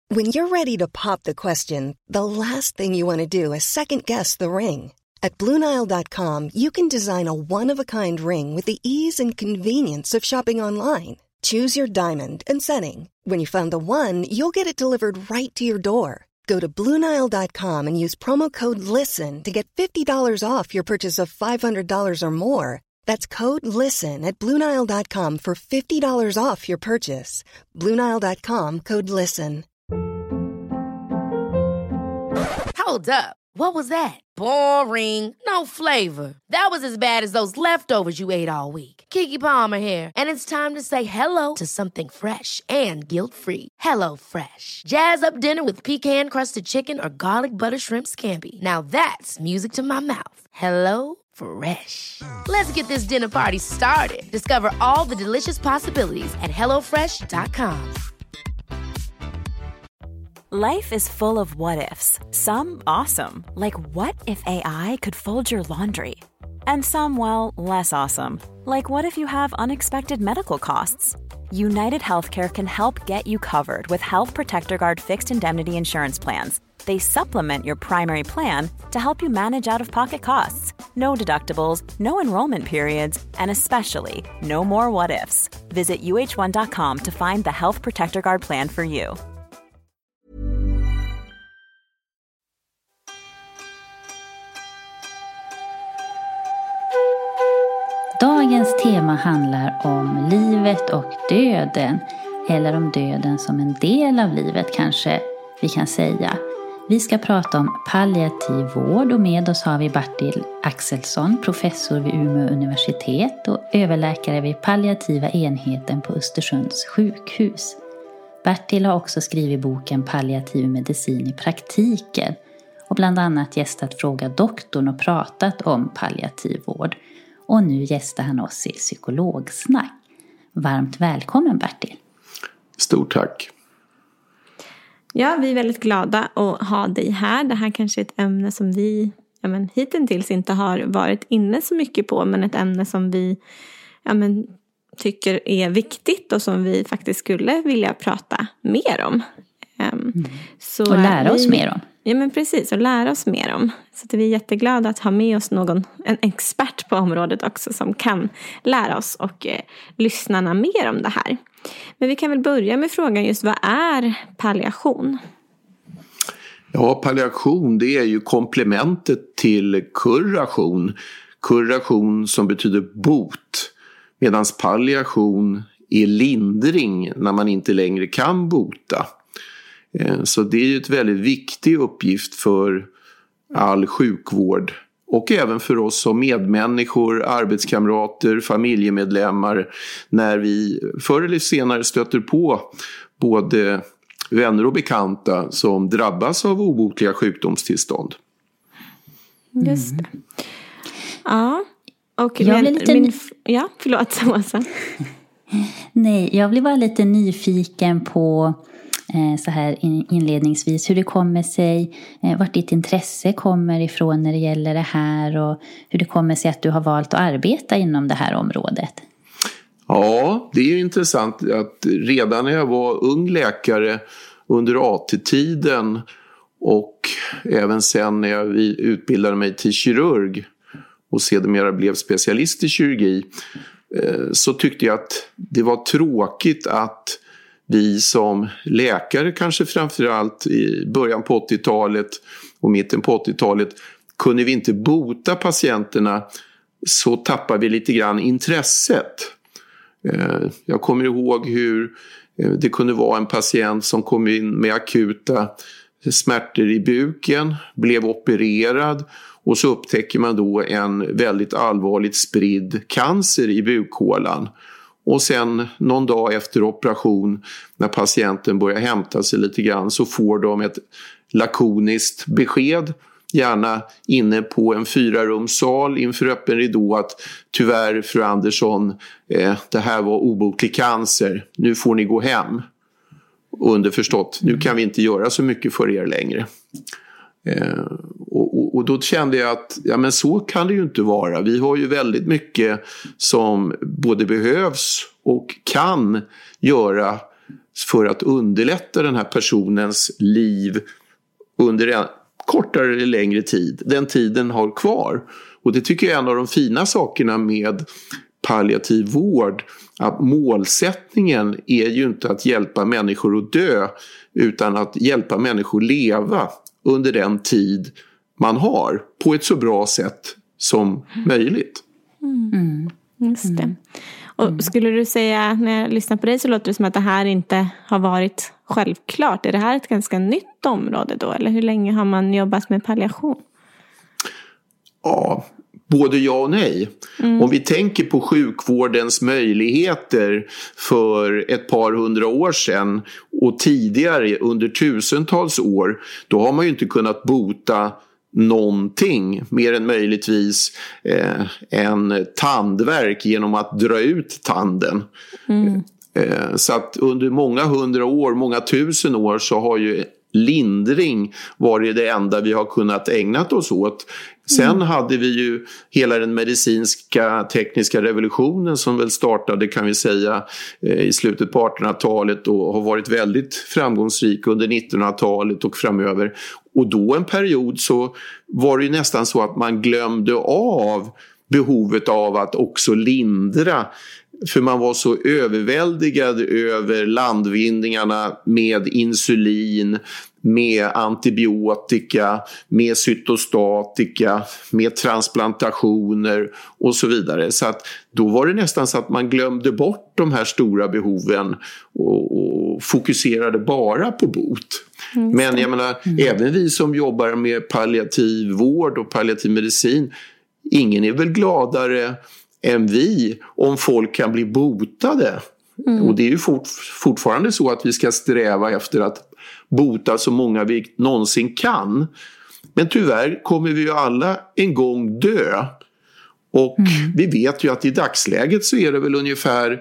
When you're ready to pop the question, the last thing you want to do is second-guess the ring. At BlueNile.com, you can design a one-of-a-kind ring with the ease and convenience of shopping online. Choose your diamond and setting. When you find the one, you'll get it delivered right to your door. Go to BlueNile.com and use promo code LISTEN to get $50 off your purchase of $500 or more. That's code LISTEN at BlueNile.com for $50 off your purchase. BlueNile.com, code LISTEN. Hold up. What was that? Boring. No flavor. That was as bad as those leftovers you ate all week. Keke Palmer here, and it's time to say hello to something fresh and guilt-free. Hello Fresh. Jazz up dinner with pecan-crusted chicken or garlic butter shrimp scampi. Now that's music to my mouth. Hello Fresh. Let's get this dinner party started. Discover all the delicious possibilities at hellofresh.com. Life is full of what-ifs. Some awesome, like what if AI could fold your laundry? And some, well, less awesome, like what if you have unexpected medical costs? United Healthcare can help get you covered with Health Protector Guard fixed indemnity insurance plans. They supplement your primary plan to help you manage out-of-pocket costs. No deductibles, no enrollment periods, and especially no more what-ifs. Visit uh1.com to find the Health Protector Guard plan for you. Dagens tema handlar om livet och döden, eller om döden som en del av livet kanske vi kan säga. Vi ska prata om palliativ vård och med oss har vi Bertil Axelsson, professor vid Umeå universitet och överläkare vid palliativa enheten på Östersunds sjukhus. Bertil har också skrivit boken Palliativ medicin i praktiken och bland annat gästat Fråga doktorn och pratat om palliativ vård. Och nu gästar han oss i psykologsnack. Varmt välkommen Bertil. Stort tack. Ja, vi är väldigt glada att ha dig här. Det här kanske är ett ämne som vi hittills inte har varit inne så mycket på. Men ett ämne som vi tycker är viktigt och som vi faktiskt skulle vilja prata mer om. Och lära oss mer om. Ja, men precis, och lära oss mer om. Så att vi är jätteglada att ha med oss en expert på området också som kan lära oss och lyssnarna mer om det här. Men vi kan väl börja med frågan just, vad är palliation? Ja, palliation det är ju komplementet till kuration. Kuration som betyder bot, medan palliation är lindring när man inte längre kan bota. Så det är ju ett väldigt viktig uppgift för all sjukvård och även för oss som medmänniskor, arbetskamrater, familjemedlemmar, när vi förr eller senare stöter på både vänner och bekanta som drabbas av obotliga sjukdomstillstånd. Just det. Ja, och förlåt Åsa. Nej, jag blir bara lite nyfiken på så här inledningsvis hur det kommer sig, vart ditt intresse kommer ifrån när det gäller det här och hur det kommer sig att du har valt att arbeta inom det här området. Ja, det är ju intressant att redan när jag var ung läkare under AT-tiden och även sen när jag utbildade mig till kirurg och sedermera blev specialist i kirurgi, så tyckte jag att det var tråkigt att vi som läkare, kanske framförallt i början på 80-talet och mitten på 80-talet, kunde vi inte bota patienterna, så tappar vi lite grann intresset. Jag kommer ihåg hur det kunde vara en patient som kom in med akuta smärtor i buken, blev opererad och så upptäcker man då en väldigt allvarligt spridd cancer i bukhålan. Och sen någon dag efter operation, när patienten börjar hämta sig lite grann, så får de ett lakoniskt besked, gärna inne på en 4-rumssal inför öppen ridå, att tyvärr fru Andersson, det här var obotlig cancer, nu får ni gå hem. Underförstått, nu kan vi inte göra så mycket för er längre. Och då kände jag att men så kan det ju inte vara. Vi har ju väldigt mycket som både behövs och kan göra för att underlätta den här personens liv under en kortare eller längre tid. Den tiden har kvar. Och det tycker jag är en av de fina sakerna med palliativ vård. Att målsättningen är ju inte att hjälpa människor att dö, utan att hjälpa människor leva under den tid man har på ett så bra sätt som möjligt. Just det. Och skulle du säga, när jag lyssnar på dig så låter det som att det här inte har varit självklart. Är det här ett ganska nytt område då? Eller hur länge har man jobbat med palliation? Ja, både ja och nej. Om vi tänker på sjukvårdens möjligheter för ett par hundra år sedan och tidigare under tusentals år, då har man ju inte kunnat bota någonting mer än möjligtvis en tandvärk genom att dra ut tanden. Så att under många hundra år, många tusen år så har ju lindring varit det enda vi har kunnat ägna oss åt. Sen hade vi ju hela den medicinska tekniska revolutionen som väl startade, kan vi säga, i slutet på 1800-talet och har varit väldigt framgångsrik under 1900-talet och framöver. Och då en period så var det ju nästan så att man glömde av behovet av att också lindra. För man var så överväldigad över landvinningarna med insulin, med antibiotika, med cytostatika, med transplantationer och så vidare. Så att då var det nästan så att man glömde bort de här stora behoven och fokuserade bara på bot. Men jag menar, även vi som jobbar med palliativ vård och palliativ medicin, ingen är väl gladare än vi om folk kan bli botade. Och det är ju fortfarande så att vi ska sträva efter att bota så många vi någonsin kan. Men tyvärr kommer vi ju alla en gång dö. Och vi vet ju att i dagsläget så är det väl ungefär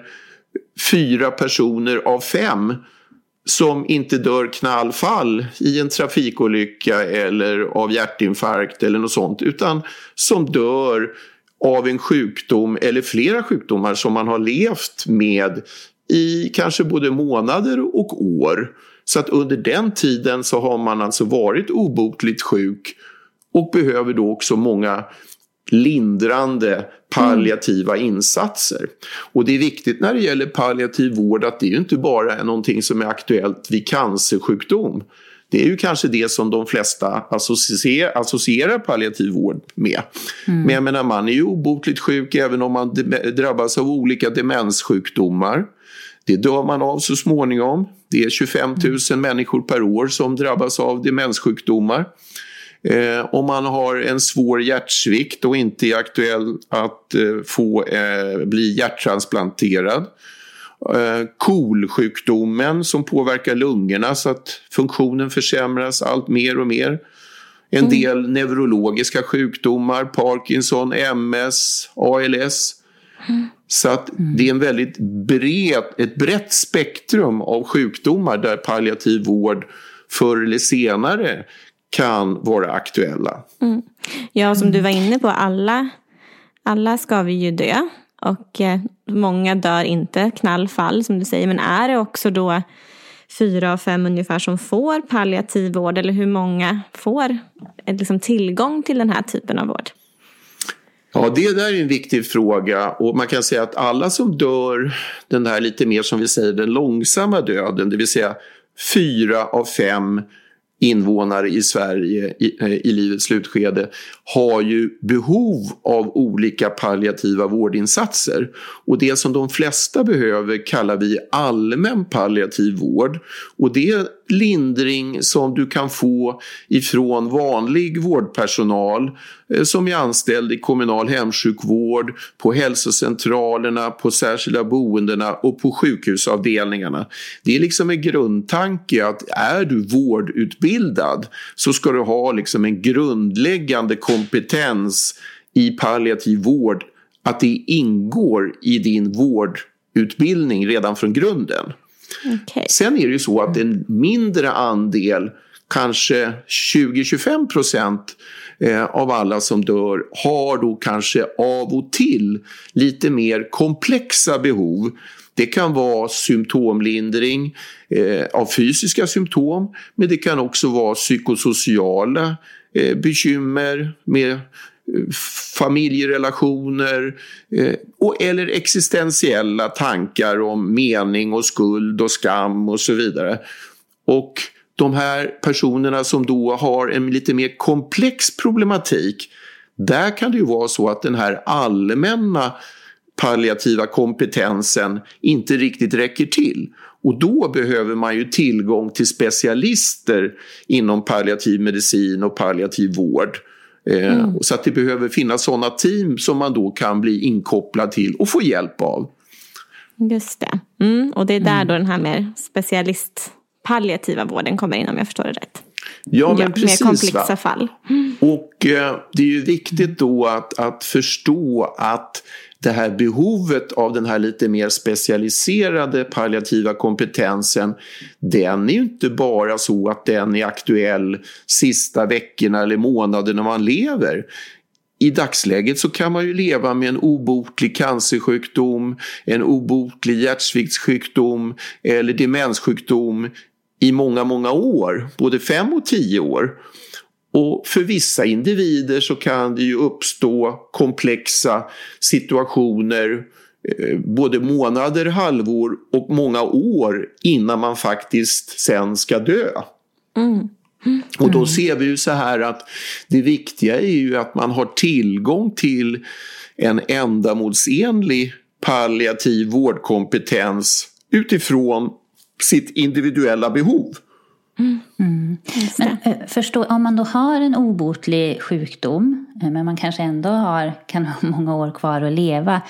4 personer av 5 som inte dör knallfall i en trafikolycka eller av hjärtinfarkt eller något sånt, utan som dör av en sjukdom eller flera sjukdomar som man har levt med i kanske både månader och år. Så att under den tiden så har man alltså varit obotligt sjuk och behöver då också många lindrande palliativa insatser. Och det är viktigt när det gäller palliativ vård att det är ju inte bara är någonting som är aktuellt vid cancersjukdom. Det är ju kanske det som de flesta associerar palliativ vård med. Men jag menar, man är ju obotligt sjuk även om man drabbas av olika demenssjukdomar. Det dör man av så småningom. Det är 25 000 människor per år som drabbas av demenssjukdomar. Om man har en svår hjärtsvikt och inte är aktuell att bli hjärttransplanterad. KOL-sjukdomen som påverkar lungorna så att funktionen försämras allt mer och mer. En del neurologiska sjukdomar, Parkinson, MS, ALS. Så att det är en väldigt ett brett spektrum av sjukdomar där palliativ vård förr eller senare kan vara aktuella. Ja, som du var inne på, alla ska vi ju dö. Och många dör inte knallfall som du säger. Men är det också då 4 av 5 ungefär som får palliativ vård? Eller hur många får liksom tillgång till den här typen av vård? Ja, det där är en viktig fråga. Och man kan säga att alla som dör den här lite mer som vi säger den långsamma döden. Det vill säga 4 av 5 invånare i Sverige i livets slutskede har ju behov av olika palliativa vårdinsatser. Och det som de flesta behöver kallar vi allmän palliativ vård. Och det är lindring som du kan få ifrån vanlig vårdpersonal som är anställd i kommunal hemsjukvård, på hälsocentralerna, på särskilda boendena och på sjukhusavdelningarna. Det är liksom en grundtanke att är du vårdutbildad så ska du ha liksom en grundläggande kompetens i palliativ vård, att det ingår i din vårdutbildning redan från grunden. Okay. Sen är det ju så att en mindre andel, kanske 20-25% av alla som dör har då kanske av och till lite mer komplexa behov. Det kan vara symptomlindring av fysiska symptom, men det kan också vara psykosociala bekymmer med familjerelationer eller existentiella tankar om mening och skuld och skam och så vidare. Och de här personerna som då har en lite mer komplex problematik, där kan det ju vara så att den här allmänna palliativa kompetensen inte riktigt räcker till. Och då behöver man ju tillgång till specialister inom palliativ medicin och palliativ vård. Så att det behöver finnas sådana team som man då kan bli inkopplad till och få hjälp av. Just det. Och det är där då den här mer specialistpalliativa vården kommer in, om jag förstår det rätt. Ja, men precis, mer komplexa fall. Och det är ju viktigt då att förstå att det här behovet av den här lite mer specialiserade palliativa kompetensen, den är ju inte bara så att den är aktuell sista veckorna eller månaderna man lever. I dagsläget så kan man ju leva med en obotlig cancersjukdom, en obotlig hjärtsviktssjukdom eller demenssjukdom i många, många år, både 5 och 10 år. Och för vissa individer så kan det ju uppstå komplexa situationer både månader, halvår och många år innan man faktiskt sen ska dö. Och då ser vi ju så här att det viktiga är ju att man har tillgång till en ändamålsenlig palliativ vårdkompetens utifrån sitt individuella behov. Men förstå, om man då har en obotlig sjukdom, men man kanske ändå kan ha många år kvar att leva,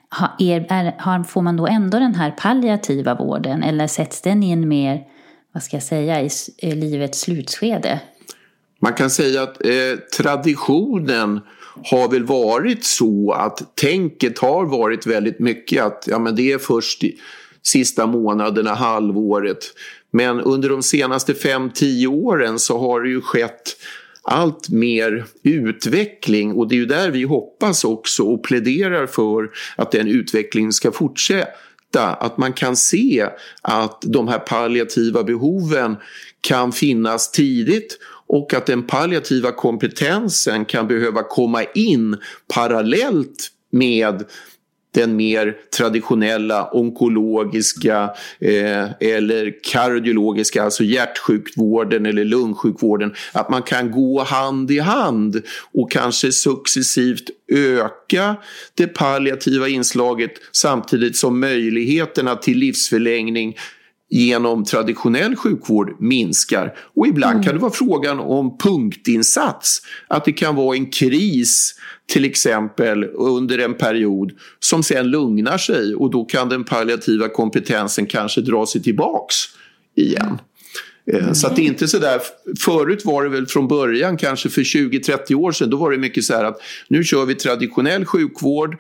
får man då ändå den här palliativa vården, eller sätts den in mer, vad ska jag säga, i livets slutskede? Man kan säga att traditionen har väl varit så att tänket har varit väldigt mycket att men det är först i sista månaderna, halvåret. Men under de senaste 5-10 åren så har det ju skett allt mer utveckling, och det är ju där vi hoppas också och pläderar för att den utvecklingen ska fortsätta. Att man kan se att de här palliativa behoven kan finnas tidigt och att den palliativa kompetensen kan behöva komma in parallellt med den mer traditionella onkologiska eller kardiologiska, alltså hjärtsjukvården eller lungsjukvården. Att man kan gå hand i hand och kanske successivt öka det palliativa inslaget samtidigt som möjligheterna till livsförlängning genom traditionell sjukvård minskar. Och ibland kan det vara frågan om punktinsats. Att det kan vara en kris till exempel under en period som sen lugnar sig, och då kan den palliativa kompetensen kanske dra sig tillbaks igen. Så att det är inte så där. Förut var det väl från början, kanske för 20-30 år sedan, då var det mycket så här att nu kör vi traditionell sjukvård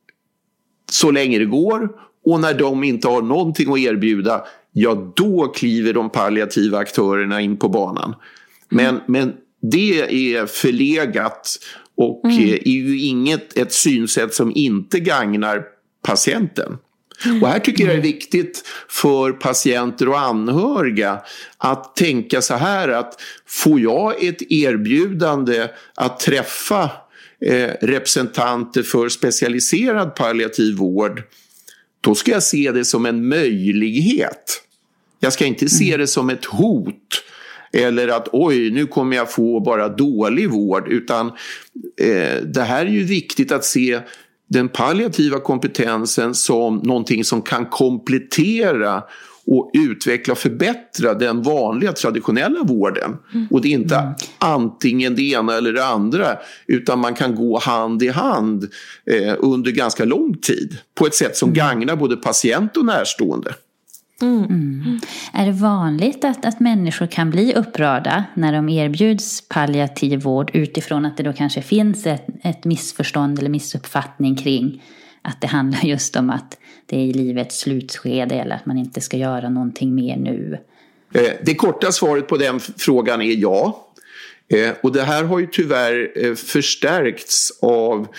så länge det går, och när de inte har någonting att erbjuda, ja då kliver de palliativa aktörerna in på banan. Men det är förlegat och är ju ett synsätt som inte gagnar patienten. Och här tycker jag det är viktigt för patienter och anhöriga att tänka så här, att får jag ett erbjudande att träffa representanter för specialiserad palliativ vård, då ska jag se det som en möjlighet. Jag ska inte se det som ett hot eller att nu kommer jag få bara dålig vård, utan det här är ju viktigt att se den palliativa kompetensen som någonting som kan komplettera och utveckla och förbättra den vanliga traditionella vården. Och det är inte antingen det ena eller det andra, utan man kan gå hand i hand under ganska lång tid på ett sätt som gagnar både patient och närstående. Är det vanligt att människor kan bli upprörda när de erbjuds palliativ vård utifrån att det då kanske finns ett missförstånd eller missuppfattning kring att det handlar just om att det är i livets slutskede eller att man inte ska göra någonting mer nu? Det korta svaret på den frågan är ja. Och det här har ju tyvärr förstärkts av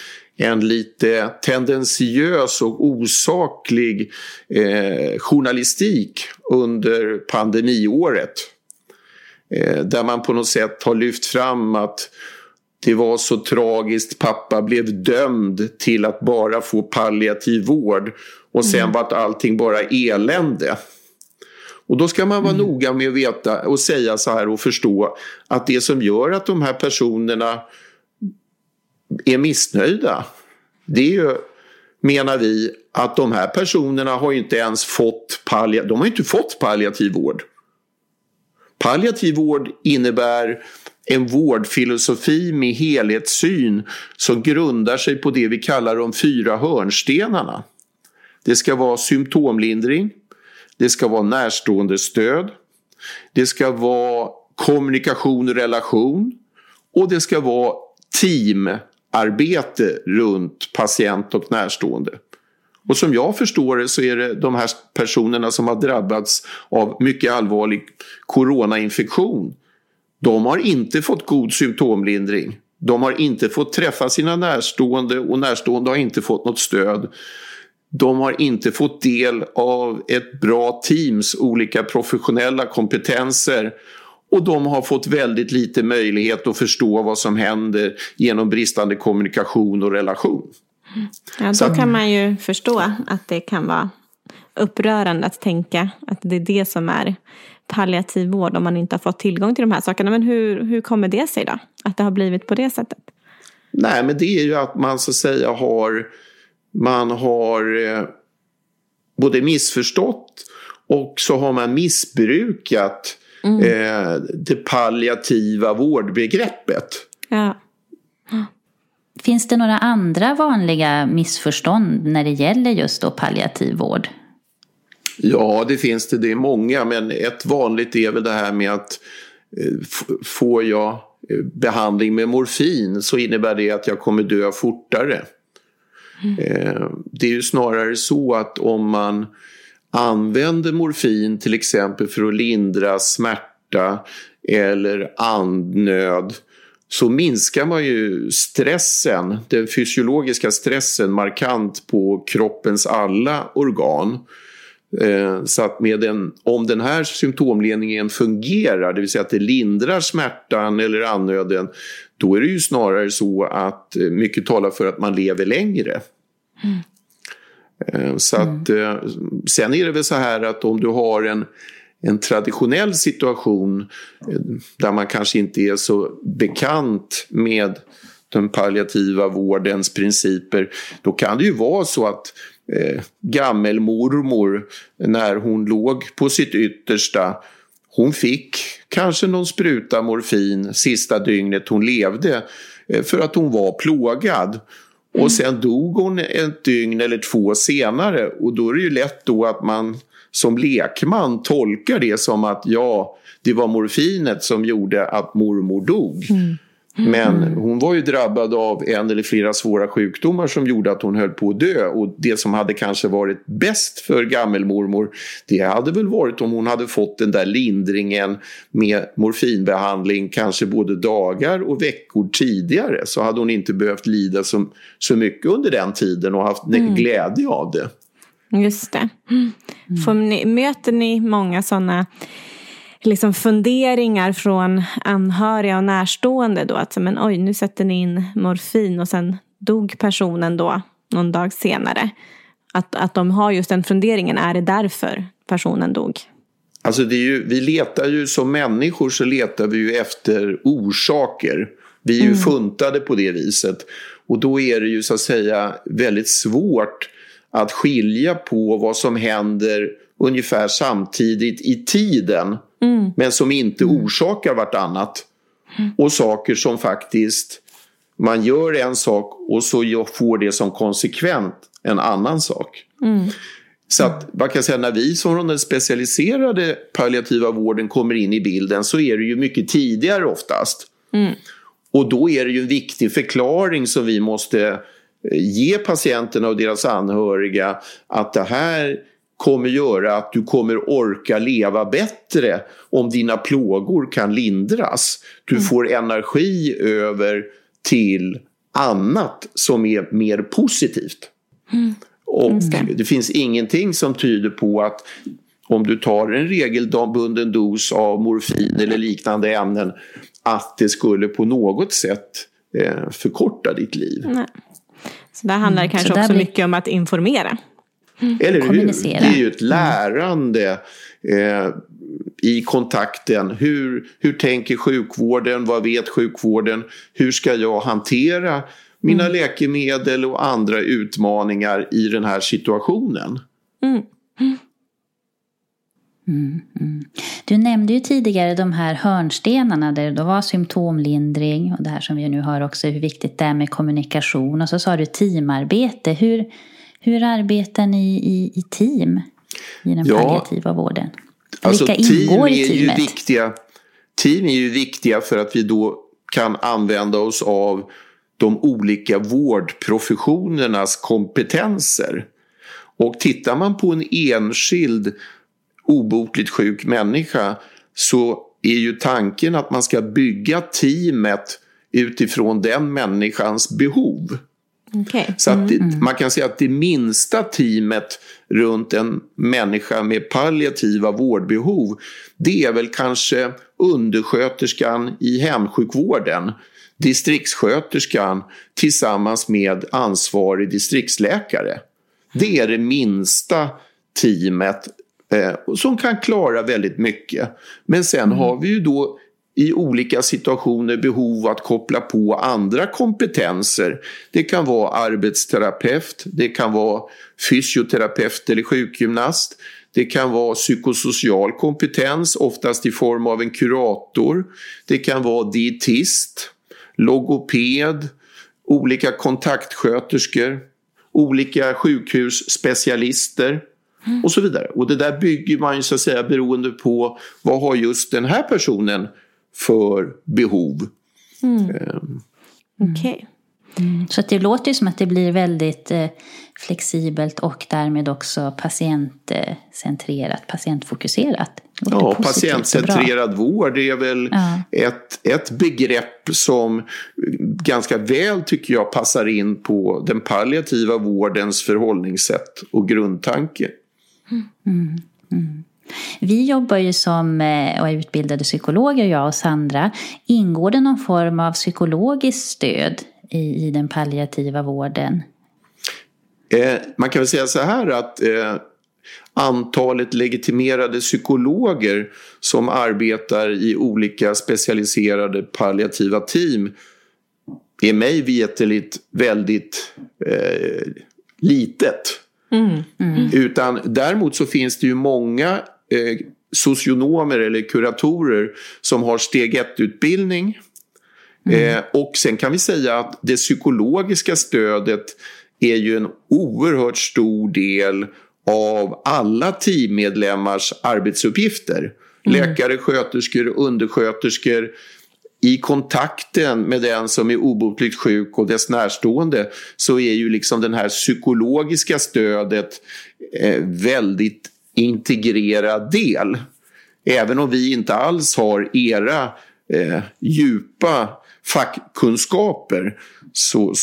en lite tendentiös och osaklig journalistik under pandemiåret. Där man på något sätt har lyft fram att det var så tragiskt, pappa blev dömd till att bara få palliativ vård och sen var allting bara elände. Och då ska man vara noga med att veta och säga så här och förstå att det som gör att de här personerna är missnöjda, det är ju, menar vi, att de här personerna har ju inte ens fått palliativ vård. Palliativ vård innebär en vårdfilosofi med helhetssyn som grundar sig på det vi kallar de 4 hörnstenarna. Det ska vara symptomlindring, det ska vara närstående stöd, det ska vara kommunikation och relation och det ska vara teamarbete runt patient och närstående. Och som jag förstår det så är det de här personerna som har drabbats av mycket allvarlig coronainfektion. De har inte fått god symptomlindring. De har inte fått träffa sina närstående och närstående har inte fått något stöd. De har inte fått del av ett bra teams olika professionella kompetenser och de har fått väldigt lite möjlighet att förstå vad som händer genom bristande kommunikation och relation. Ja, då kan man ju förstå att det kan vara upprörande att tänka att det är det som är palliativ vård om man inte har fått tillgång till de här sakerna. Men hur kommer det sig då? Att det har blivit på det sättet? Nej, men det är ju att man så att säga har både missförstått och så har man missbrukat det palliativa vårdbegreppet. Ja. Finns det några andra vanliga missförstånd när det gäller just då palliativ vård? Ja, det finns det. Det är många, men ett vanligt är väl det här med att får jag behandling med morfin så innebär det att jag kommer dö fortare. Det är ju snarare så att om man använder morfin till exempel för att lindra smärta eller andnöd så minskar man ju stressen, den fysiologiska stressen markant på kroppens alla organ. Så att om den här symptomledningen fungerar, det vill säga att det lindrar smärtan eller andnöden, då är det ju snarare så att mycket talar för att man lever längre. Så att sen är det väl så här att om du har en traditionell situation där man kanske inte är så bekant med den palliativa vårdens principer, då kan det ju vara så att gammelmormor när hon låg på sitt yttersta, hon fick kanske någon spruta morfin sista dygnet hon levde för att hon var plågad. Och sen dog hon ett dygn eller 2 senare och då är det ju lätt då att man som lekman tolkar det som att ja, det var morfinet som gjorde att mormor dog. Men hon var ju drabbad av en eller flera svåra sjukdomar som gjorde att hon höll på att dö. Och det som hade kanske varit bäst för gammelmormor, det hade väl varit om hon hade fått den där lindringen med morfinbehandling kanske både dagar och veckor tidigare. Så hade hon inte behövt lida så mycket under den tiden och haft glädje av det. Just det. Möter ni många sådana liksom funderingar från anhöriga och närstående då? Att men oj, nu sätter ni in morfin och sen dog personen då någon dag senare. Att de har just den funderingen, är det därför personen dog? Alltså vi letar ju som människor, så letar vi ju efter orsaker. Vi är ju funtade på det viset. Och då är det ju så att säga väldigt svårt att skilja på vad som händer ungefär samtidigt i tiden men som inte orsakar vartannat. Och saker som faktiskt man gör en sak och så får det som konsekvent en annan sak. Så att man kan säga, när vi som den specialiserade palliativa vården kommer in i bilden så är det ju mycket tidigare oftast. Och då är det ju en viktig förklaring som vi måste ge patienterna och deras anhöriga, att det här kommer göra att du kommer orka leva bättre om dina plågor kan lindras. Du får energi över till annat som är mer positivt. Och det finns ingenting som tyder på att om du tar en regelbunden dos av morfin eller liknande ämnen att det skulle på något sätt förkorta ditt liv. Nej. Så där handlar det kanske också mycket om att informera. Eller hur? Det är ju ett lärande i kontakten. Hur tänker sjukvården? Vad vet sjukvården? Hur ska jag hantera mina läkemedel och andra utmaningar i den här situationen? Du nämnde ju tidigare de här hörnstenarna där det var symptomlindring och det här som vi nu hör också hur viktigt det är med kommunikation, och så sa du teamarbete. Hur arbetar ni i team i den palliativa vården? Alltså, vilka ingår i teamet? Team är ju viktiga för att vi då kan använda oss av de olika vårdprofessionernas kompetenser. Och tittar man på en enskild obotligt sjuk människa så är ju tanken att man ska bygga teamet utifrån den människans behov. Okay. Så att man kan säga att det minsta teamet runt en människa med palliativa vårdbehov, det är väl kanske undersköterskan i hemsjukvården, distriktssköterskan tillsammans med ansvarig distriktsläkare. Det är det minsta teamet som kan klara väldigt mycket. Men sen har vi ju då i olika situationer behov att koppla på andra kompetenser. Det kan vara arbetsterapeut, det kan vara fysioterapeut eller sjukgymnast. Det kan vara psykosocial kompetens, oftast i form av en kurator. Det kan vara dietist, logoped, olika kontaktsköterskor, olika sjukhusspecialister och så vidare. Och det där bygger man ju så att säga beroende på vad har just den här personen för behov. Okej. Så att det låter ju som att det blir väldigt flexibelt och därmed också patientcentrerat, patientfokuserat. Ja, patientcentrerad vård är väl ett begrepp som ganska väl tycker jag passar in på den palliativa vårdens förhållningssätt och grundtanke. Vi jobbar ju som och är utbildade psykologer, jag och Sandra. Ingår det någon form av psykologiskt stöd i den palliativa vården? Man kan väl säga så här att antalet legitimerade psykologer som arbetar i olika specialiserade palliativa team är mig veteligt väldigt litet. Utan däremot så finns det ju många socionomer eller kuratorer som har steg 1-utbildning. Och sen kan vi säga att det psykologiska stödet är ju en oerhört stor del av alla teammedlemmars arbetsuppgifter. Läkare, sköterskor, undersköterskor. I kontakten med den som är obotligt sjuk och dess närstående så är ju liksom den här psykologiska stödet väldigt integrerad del. Även om vi inte alls har era djupa fackkunskaper så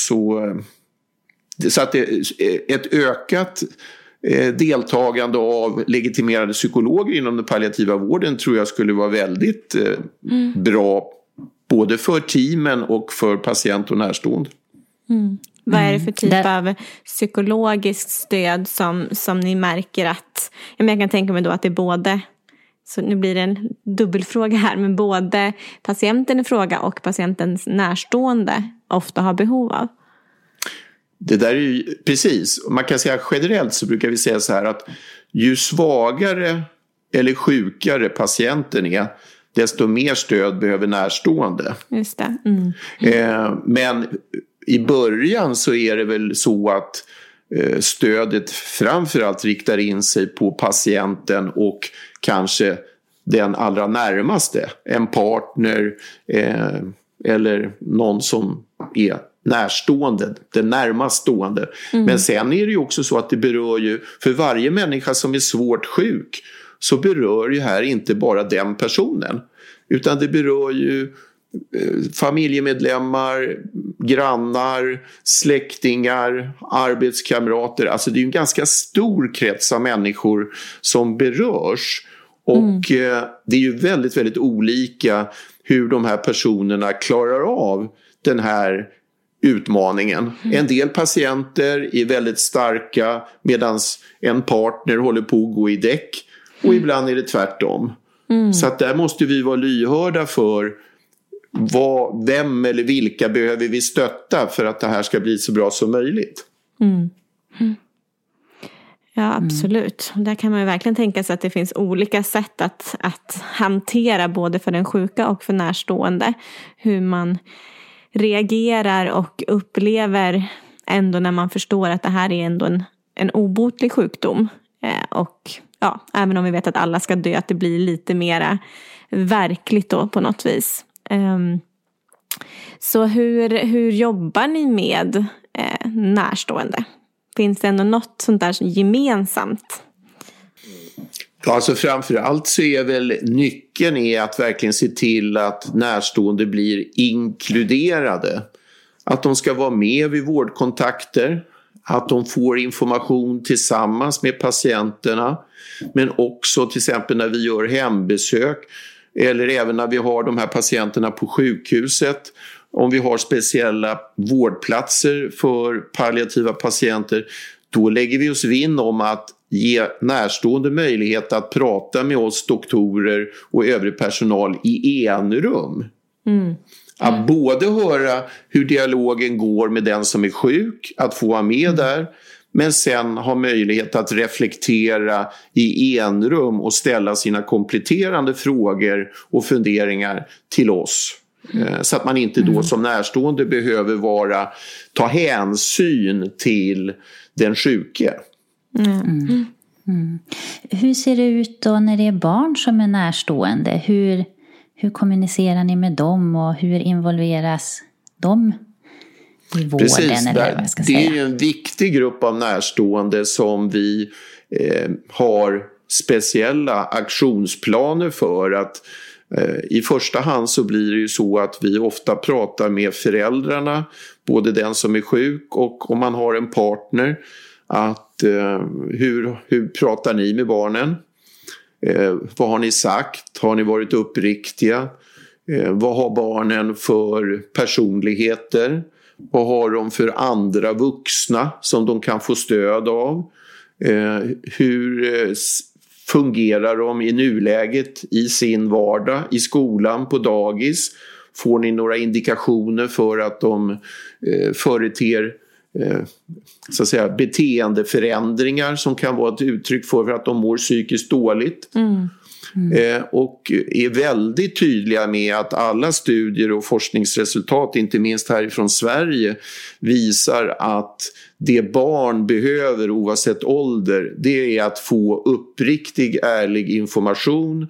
att ett ökat deltagande av legitimerade psykologer inom den palliativa vården tror jag skulle vara väldigt bra både för teamen och för patient och närstående. Vad är det för typ av psykologiskt stöd som ni märker att... Jag kan tänka mig då att det är både... Så nu blir det en dubbelfråga här. Men både patienten i fråga och patientens närstående ofta har behov av. Det där är ju precis. Man kan säga generellt så brukar vi säga så här att ju svagare eller sjukare patienten är, desto mer stöd behöver närstående. Just det. Men i början så är det väl så att stödet framförallt riktar in sig på patienten och kanske den allra närmaste. En partner eller någon som är närstående, den närmast stående. Men sen är det ju också så att det berör ju, för varje människa som är svårt sjuk så berör ju här inte bara den personen. Utan det berör ju familjemedlemmar, grannar, släktingar, arbetskamrater. Alltså det är en ganska stor krets av människor som berörs. Och det är ju väldigt, väldigt olika hur de här personerna klarar av den här utmaningen. En del patienter är väldigt starka medan en partner håller på att gå i däck. Och ibland är det tvärtom. Så att där måste vi vara lyhörda för vem eller vilka behöver vi stötta för att det här ska bli så bra som möjligt. Ja, absolut. Där kan man ju verkligen tänka sig att det finns olika sätt att hantera både för den sjuka och för närstående. Hur man reagerar och upplever ändå när man förstår att det här är ändå en obotlig sjukdom. Och ja, även om vi vet att alla ska dö, att det blir lite mera verkligt då på något vis. Så hur jobbar ni med närstående? Finns det ändå något sånt där gemensamt? Ja, alltså framförallt så är väl nyckeln är att verkligen se till att närstående blir inkluderade. Att de ska vara med vid vårdkontakter. Att de får information tillsammans med patienterna. Men också till exempel när vi gör hembesök. Eller även när vi har de här patienterna på sjukhuset. Om vi har speciella vårdplatser för palliativa patienter. Då lägger vi oss vinn om att ge närstående möjlighet att prata med oss doktorer och övrig personal i enrum. Att både höra hur dialogen går med den som är sjuk, att få vara med där, men sen ha möjlighet att reflektera i enrum och ställa sina kompletterande frågor och funderingar till oss. Så att man inte då som närstående behöver ta hänsyn till den sjuke. Hur ser det ut då när det är barn som är närstående? Hur kommunicerar ni med dem och hur involveras de i vården? Precis, eller vad jag ska det säga? är ju en viktig grupp av närstående som vi har speciella aktionsplaner för. Att i första hand så blir det ju så att vi ofta pratar med föräldrarna, både den som är sjuk och om man har en partner, att hur pratar ni med barnen? Vad har ni sagt? Har ni varit uppriktiga? Vad har barnen för personligheter? Vad har de för andra vuxna som de kan få stöd av? Hur fungerar de i nuläget i sin vardag, i skolan, på dagis? Får ni några indikationer för att de företer så att säga, beteendeförändringar som kan vara ett uttryck för att de mår psykiskt dåligt? Och är väldigt tydliga med att alla studier och forskningsresultat, inte minst härifrån Sverige, visar att det barn behöver oavsett ålder, det är att få uppriktig, ärlig information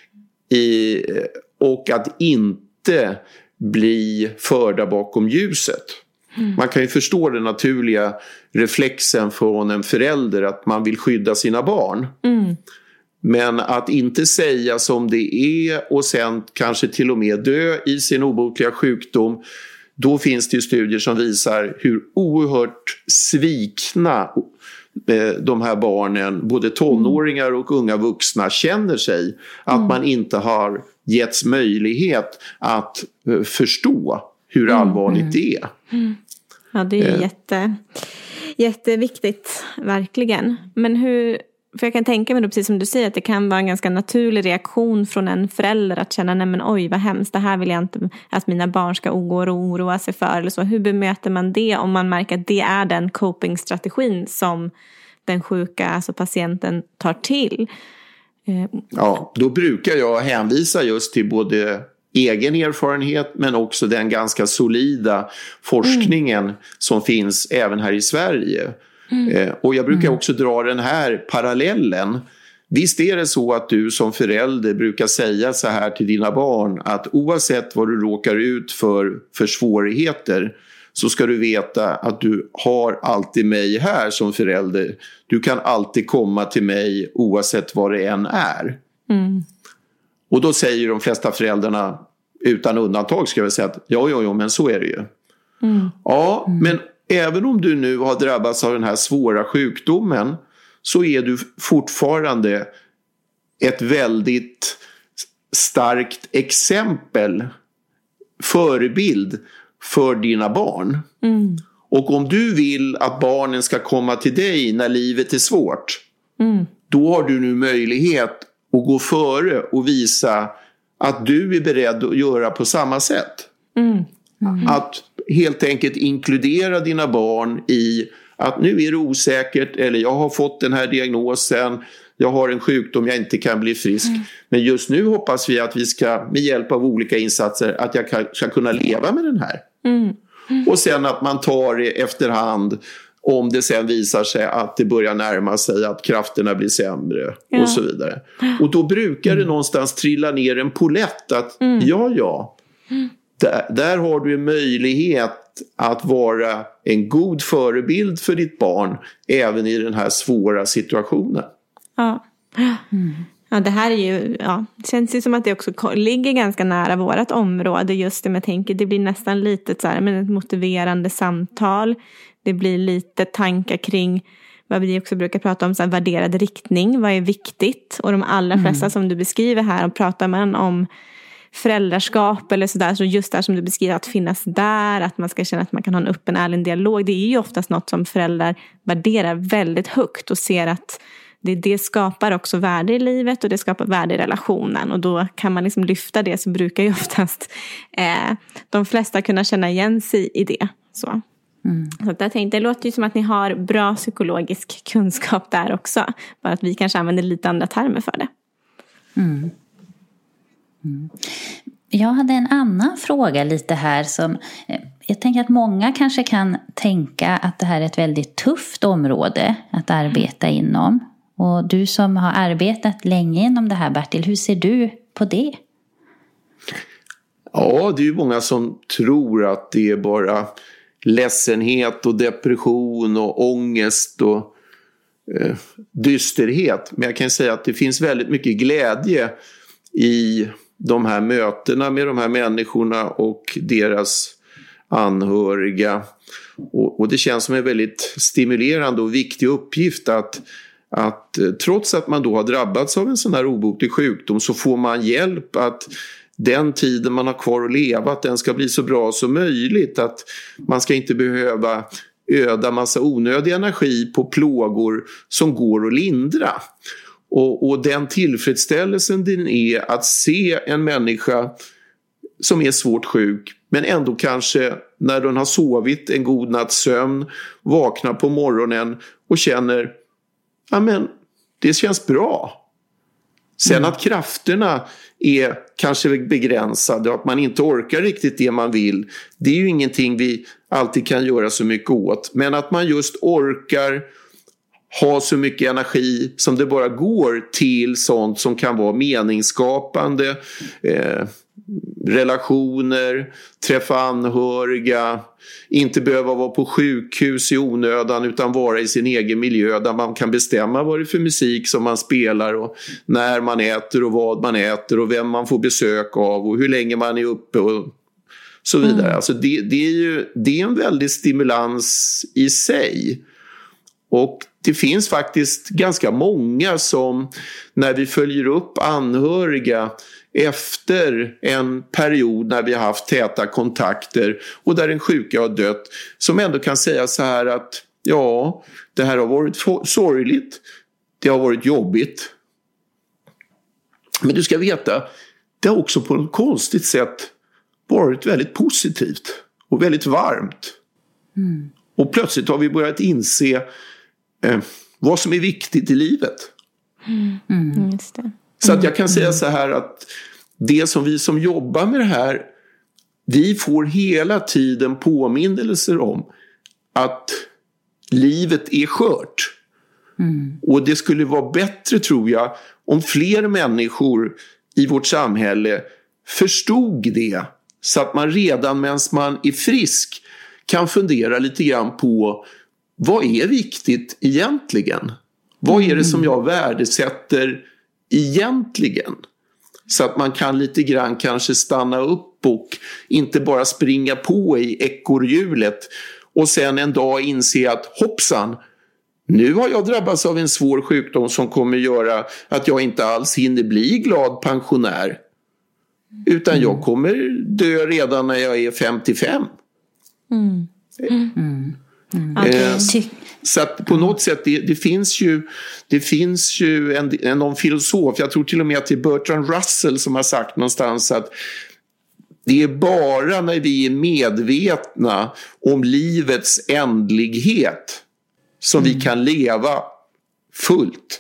och att inte bli förda bakom ljuset. Man kan ju förstå den naturliga reflexen från en förälder att man vill skydda sina barn. Men att inte säga som det är och sen kanske till och med dö i sin obotliga sjukdom, då finns det ju studier som visar hur oerhört svikna de här barnen, både tonåringar och unga vuxna, känner sig. Att man inte har getts möjlighet att förstå hur allvarligt det är. Ja, det är jätteviktigt, verkligen. Men för jag kan tänka mig då, precis som du säger, att det kan vara en ganska naturlig reaktion från en förälder att känna, nej men oj vad hemskt, det här vill jag inte att mina barn ska oroa sig för eller så. Hur bemöter man det om man märker att det är den coping-strategin som den sjuka, alltså patienten, tar till? Ja, då brukar jag hänvisa just till både egen erfarenhet men också den ganska solida forskningen som finns även här i Sverige. Och jag brukar också dra den här parallellen. Visst är det så att du som förälder brukar säga så här till dina barn, att oavsett vad du råkar ut för svårigheter, så ska du veta att du har alltid mig här som förälder. Du kan alltid komma till mig oavsett vad det än är. Och då säger de flesta föräldrarna, utan undantag ska jag säga att ja, men så är det ju. Ja, men även om du nu har drabbats av den här svåra sjukdomen så är du fortfarande ett väldigt starkt exempel, förebild för dina barn. Och om du vill att barnen ska komma till dig när livet är svårt, då har du nu möjlighet att gå före och visa att du är beredd att göra på samma sätt. Att helt enkelt inkludera dina barn i att nu är det osäkert, eller jag har fått den här diagnosen, jag har en sjukdom, jag inte kan bli frisk. Men just nu hoppas vi att vi ska med hjälp av olika insatser att jag ska kunna leva med den här. Och sen att man tar det efterhand om det sen visar sig att det börjar närma sig att krafterna blir sämre och så vidare. Och då brukar det någonstans trilla ner en polett att där har du en möjlighet att vara en god förebild för ditt barn även i den här svåra situationen. Ja, det här är ju, det känns ju som att det också ligger ganska nära vårt område, just det, men jag tänker det blir nästan lite så här, men ett motiverande samtal. Det blir lite tankar kring vad vi också brukar prata om, så här, värderad riktning, vad är viktigt? Och de allra flesta som du beskriver här, och pratar man om föräldraskap eller sådär, så just där som du beskriver, att finnas där, att man ska känna att man kan ha en öppen, ärlig dialog, det är ju oftast något som föräldrar värderar väldigt högt och ser att det skapar också värde i livet och det skapar värde i relationen, och då kan man liksom lyfta det, så brukar ju oftast de flesta kunna känna igen sig i det. Så att jag tänkte, det låter ju som att ni har bra psykologisk kunskap där också, bara att vi kanske använder lite andra termer för det. Jag hade en annan fråga lite här som jag tänker att många kanske kan tänka att det här är ett väldigt tufft område att arbeta inom. Och du som har arbetat länge inom det här, Bertil, hur ser du på det? Ja, det är ju många som tror att det är bara ledsenhet och depression och ångest och dysterhet. Men jag kan säga att det finns väldigt mycket glädje i de här mötena med de här människorna och deras anhöriga. Och det känns som en väldigt stimulerande och viktig uppgift att trots att man då har drabbats av en sån här obotlig sjukdom, så får man hjälp att den tiden man har kvar att leva, att den ska bli så bra som möjligt. Att man ska inte behöva öda massa onödig energi på plågor som går att lindra. Och den tillfredsställelsen det är att se en människa som är svårt sjuk, men ändå kanske när den har sovit en god natts sömn, vaknar på morgonen och känner, ja men det känns bra. Sen att krafterna är kanske begränsade och att man inte orkar riktigt det man vill, det är ju ingenting vi alltid kan göra så mycket åt. Men att man just orkar ha så mycket energi som det bara går till sånt som kan vara meningsskapande, relationer, träffa anhöriga, inte behöva vara på sjukhus i onödan utan vara i sin egen miljö där man kan bestämma vad det är för musik som man spelar och när man äter och vad man äter och vem man får besök av och hur länge man är uppe och så vidare. Alltså det är en väldig stimulans i sig. Och det finns faktiskt ganska många som, när vi följer upp anhöriga efter en period när vi har haft täta kontakter och där den sjuka har dött, som ändå kan säga så här att ja, det här har varit sorgligt, det har varit jobbigt. Men du ska veta, det har också på ett konstigt sätt varit väldigt positivt och väldigt varmt. Och plötsligt har vi börjat inse vad som är viktigt i livet. Just det. Så att jag kan säga så här att det som vi som jobbar med det här, vi får hela tiden påminnelser om att livet är skört. Och det skulle vara bättre, tror jag, om fler människor i vårt samhälle förstod det, så att man redan medan man är frisk kan fundera lite grann på vad är viktigt egentligen? Vad är det som jag värdesätter egentligen? Så att man kan lite grann kanske stanna upp och inte bara springa på i ekorrhjulet och sen en dag inse att hoppsan, nu har jag drabbats av en svår sjukdom som kommer göra att jag inte alls hinner bli glad pensionär. Utan jag kommer dö redan när jag är 55. Så att på något sätt det finns ju någon filosof, jag tror till och med att det är Bertrand Russell som har sagt någonstans att det är bara när vi är medvetna om livets ändlighet som vi kan leva fullt.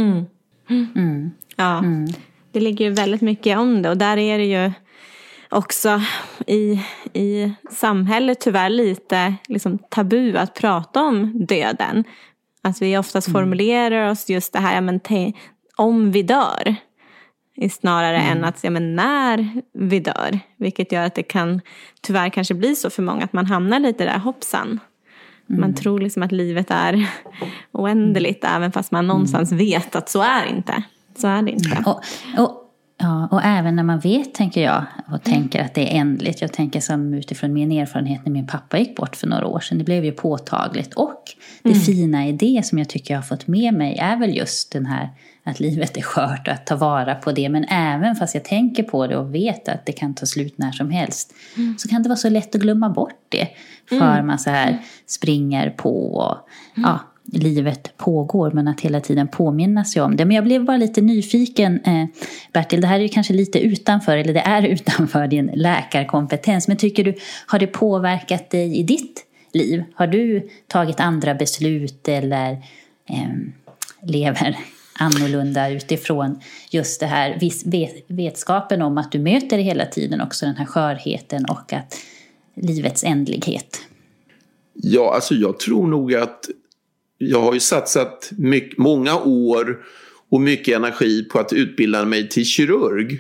Ja, det ligger ju väldigt mycket om det. Och där är det ju också i samhället tyvärr lite liksom tabu att prata om döden. Att vi oftast formulerar oss just det här, om vi dör. Snarare än att när vi dör. Vilket gör att det kan tyvärr kanske bli så för många att man hamnar lite där hoppsan. Man tror liksom att livet är oändligt även fast man någonstans vet att så är det inte. Och även när man vet, tänker jag, och tänker att det är ändligt. Jag tänker som utifrån min erfarenhet när min pappa gick bort för några år sedan. Det blev ju påtagligt. Och det fina i det som jag tycker jag har fått med mig är väl just den här att livet är skört och att ta vara på det. Men även fast jag tänker på det och vet att det kan ta slut när som helst. Så kan det vara så lätt att glömma bort det. För man så här springer på och livet pågår, men att hela tiden påminna sig om det. Men jag blev bara lite nyfiken, Bertil, det här är ju kanske lite utanför din läkarkompetens, men tycker du, har det påverkat dig i ditt liv? Har du tagit andra beslut eller lever annorlunda utifrån just det här vetskapen om att du möter hela tiden också den här skörheten och att livets ändlighet? Ja, alltså jag tror nog att jag har ju satsat många år och mycket energi på att utbilda mig till kirurg.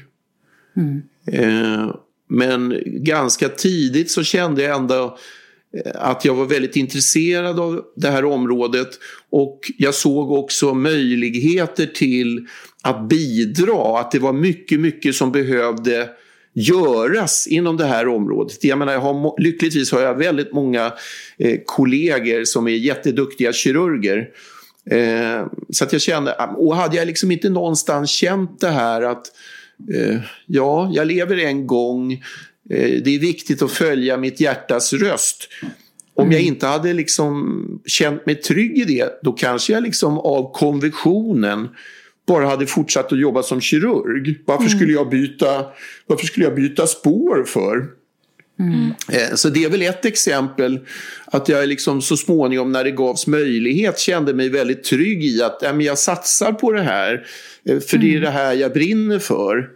Men ganska tidigt så kände jag ändå att jag var väldigt intresserad av det här området. Och jag såg också möjligheter till att bidra. Att det var mycket som behövde göras inom det här området. Jag menar, lyckligtvis har jag väldigt många kollegor som är jätteduktiga kirurger. Så att jag kände, och hade jag liksom inte någonstans känt det här att jag lever en gång, det är viktigt att följa mitt hjärtas röst. Om jag inte hade liksom känt mig trygg i det, då kanske jag liksom av konventionen bara hade fortsatt att jobba som kirurg. Varför skulle jag byta spår för? Så det är väl ett exempel att jag liksom så småningom när det gavs möjlighet kände mig väldigt trygg i att jag satsar på det här för det är det här jag brinner för.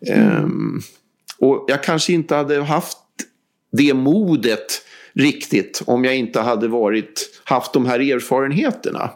Och jag kanske inte hade haft det modet riktigt om jag inte hade haft de här erfarenheterna.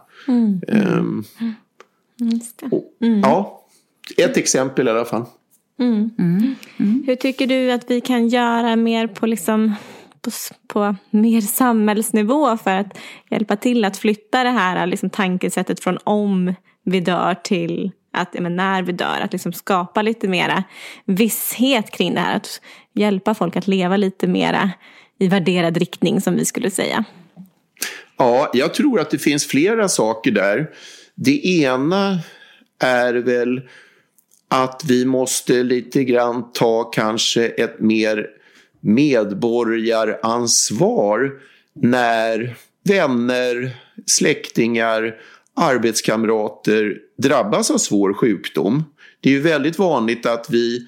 Ja, ett exempel i alla fall. Hur tycker du att vi kan göra mer på mer samhällsnivå för att hjälpa till att flytta det här liksom tankesättet från om vi dör till att när vi dör, att liksom skapa lite mera visshet kring det här, att hjälpa folk att leva lite mera i värderad riktning som vi skulle säga? Ja, jag tror att det finns flera saker där. Det ena är väl att vi måste lite grann ta kanske ett mer medborgaransvar när vänner, släktingar, arbetskamrater drabbas av svår sjukdom. Det är ju väldigt vanligt att vi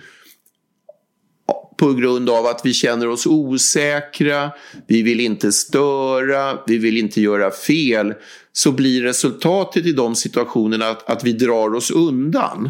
på grund av att vi känner oss osäkra, vi vill inte störa, vi vill inte göra fel, så blir resultatet i de situationerna att vi drar oss undan.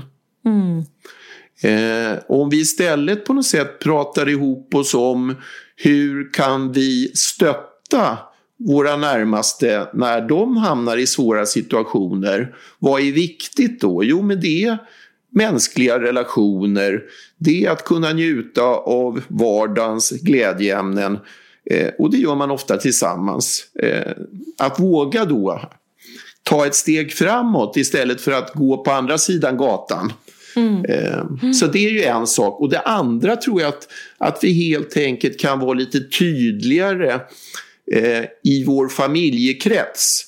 Om vi istället på något sätt pratar ihop oss om hur kan vi stötta våra närmaste när de hamnar i svåra situationer. Vad är viktigt då? Jo, men det är mänskliga relationer. Det är att kunna njuta av vardagens glädjeämnen. Och det gör man ofta tillsammans. Att våga då ta ett steg framåt istället för att gå på andra sidan gatan. Så det är ju en sak. Och det andra tror jag att vi helt enkelt kan vara lite tydligare i vår familjekrets.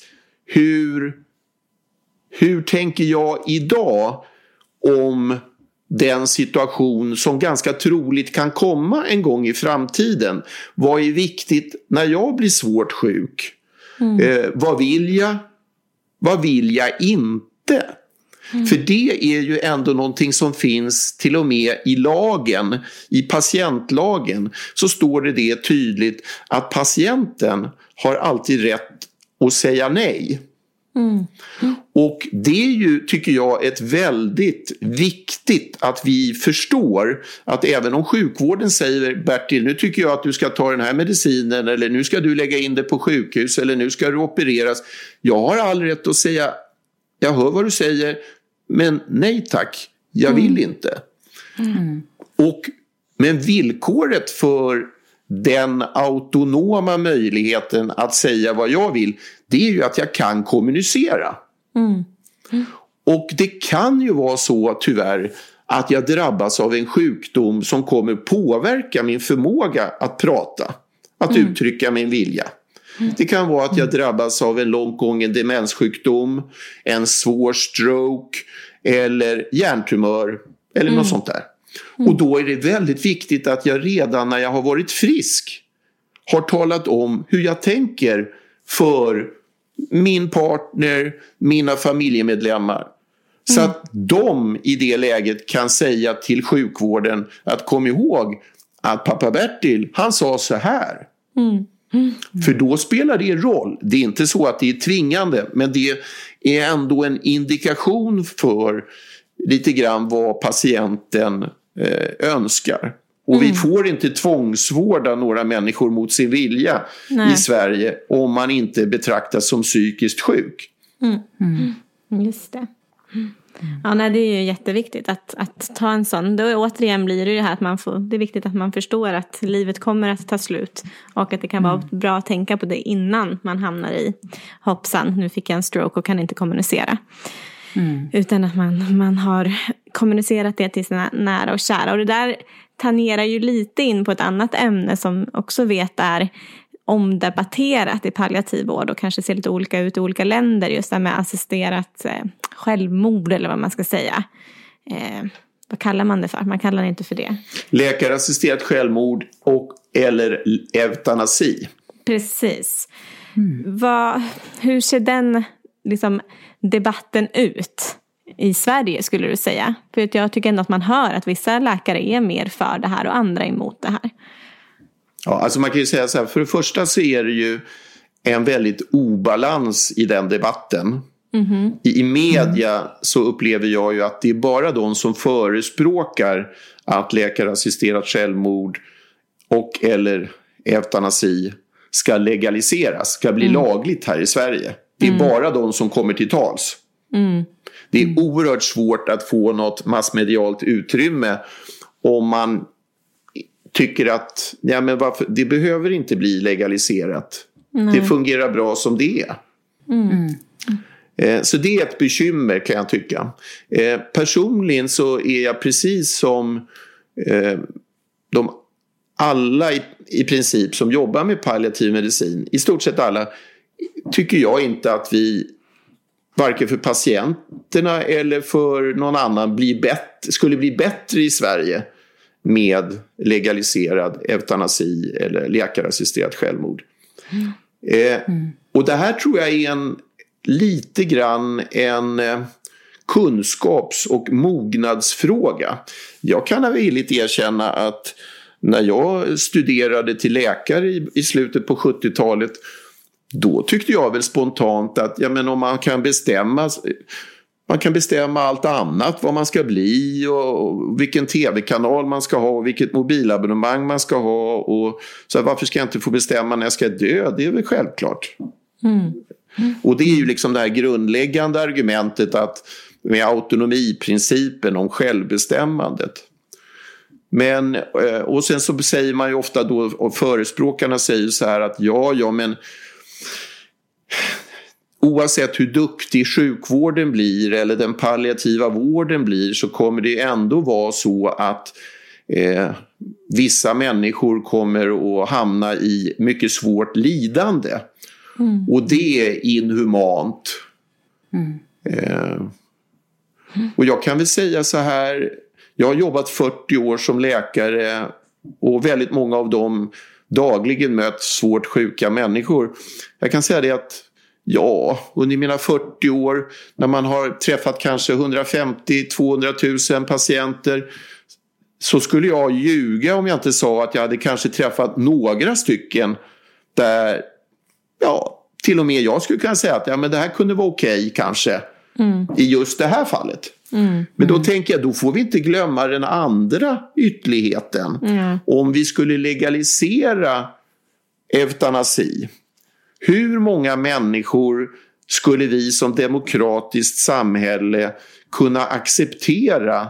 Hur tänker jag idag om den situation som ganska troligt kan komma en gång i framtiden? Vad är viktigt när jag blir svårt sjuk? Vad vill jag? Vad vill jag inte? För det är ju ändå någonting som finns till och med i lagen, i patientlagen så står det tydligt att patienten har alltid rätt att säga nej. Och det är ju, tycker jag, ett väldigt viktigt att vi förstår att även om sjukvården säger Bertil, nu tycker jag att du ska ta den här medicinen eller nu ska du lägga in det på sjukhus eller nu ska du opereras. Jag har all rätt att säga, jag hör vad du säger, men nej tack, jag vill inte. Men villkoret för den autonoma möjligheten att säga vad jag vill, det är ju att jag kan kommunicera. Och det kan ju vara så tyvärr att jag drabbas av en sjukdom som kommer påverka min förmåga att prata, att uttrycka min vilja. Det kan vara att jag drabbas av en långt gången demenssjukdom, en svår stroke eller hjärntumör eller något sånt där. Och då är det väldigt viktigt att jag redan när jag har varit frisk har talat om hur jag tänker för min partner, mina familjemedlemmar. Så att de i det läget kan säga till sjukvården att kom ihåg att pappa Bertil, han sa så här. För då spelar det roll. Det är inte så att det är tvingande, men det är ändå en indikation för lite grann vad patienten önskar. Och vi får inte tvångsvårda några människor mot sin vilja i Sverige om man inte betraktas som psykiskt sjuk. Just det. Ja, nej, det är ju jätteviktigt att ta en sån. Då återigen blir det här att det är viktigt att man förstår att livet kommer att ta slut. Och att det kan vara bra att tänka på det innan man hamnar i hoppsan, nu fick jag en stroke och kan inte kommunicera. Utan att man har kommunicerat det till sina nära och kära. Och det där tangerar ju lite in på ett annat ämne som också vet är omdebatterat i palliativ vård och kanske ser lite olika ut i olika länder. Just det här med assisterat självmord eller vad man ska säga. Vad kallar man det för? Man kallar det inte för det. Läkarassisterat självmord eller eutanasi. Precis. Hur ser den debatten ut i Sverige skulle du säga? För jag tycker ändå att man hör att vissa läkare är mer för det här och andra emot det här. Ja, alltså man kan ju säga så här, för det första så är det ju en väldigt obalans i den debatten. I media så upplever jag ju att det är bara de som förespråkar att läkarassisterat självmord och eller eutanasi ska legaliseras, ska bli lagligt här i Sverige. Det är bara de som kommer till tals. Det är oerhört svårt att få något massmedialt utrymme om man tycker att det behöver inte bli legaliserat. Det fungerar bra som det är. Så det är ett bekymmer kan jag tycka. Personligen så är jag precis som de alla i princip som jobbar med palliativ medicin, i stort sett alla, tycker jag inte att vi varken för patienterna eller för någon annan skulle bli bättre i Sverige med legaliserad eutanasi eller läkarassisterat självmord. Och det här tror jag är lite grann en kunskaps- och mognadsfråga. Jag kan villigt erkänna att när jag studerade till läkare i slutet på 70-talet, då tyckte jag väl spontant att om man kan bestämma allt annat, vad man ska bli och vilken tv-kanal man ska ha och vilket mobilabonnemang man ska ha och så varför ska jag inte få bestämma när jag ska dö? Det är väl självklart. Och det är ju liksom det här grundläggande argumentet att med autonomiprincipen om självbestämmandet. Men, och sen så säger man ju ofta då, och förespråkarna säger så här att men oavsett hur duktig sjukvården blir eller den palliativa vården blir, så kommer det ändå vara så att vissa människor kommer att hamna i mycket svårt lidande. Och det är inhumant. Och jag kan väl säga så här, jag har jobbat 40 år som läkare och väldigt många av dem dagligen mött svårt sjuka människor. Jag kan säga det att under mina 40 år, när man har träffat kanske 150-200 000 patienter, så skulle jag ljuga om jag inte sa att jag hade kanske träffat några stycken där till och med jag skulle kunna säga att men det här kunde vara okej kanske i just det här fallet. Men då tänker jag, då får vi inte glömma den andra ytterligheten. Om vi skulle legalisera eutanasi, hur många människor skulle vi som demokratiskt samhälle kunna acceptera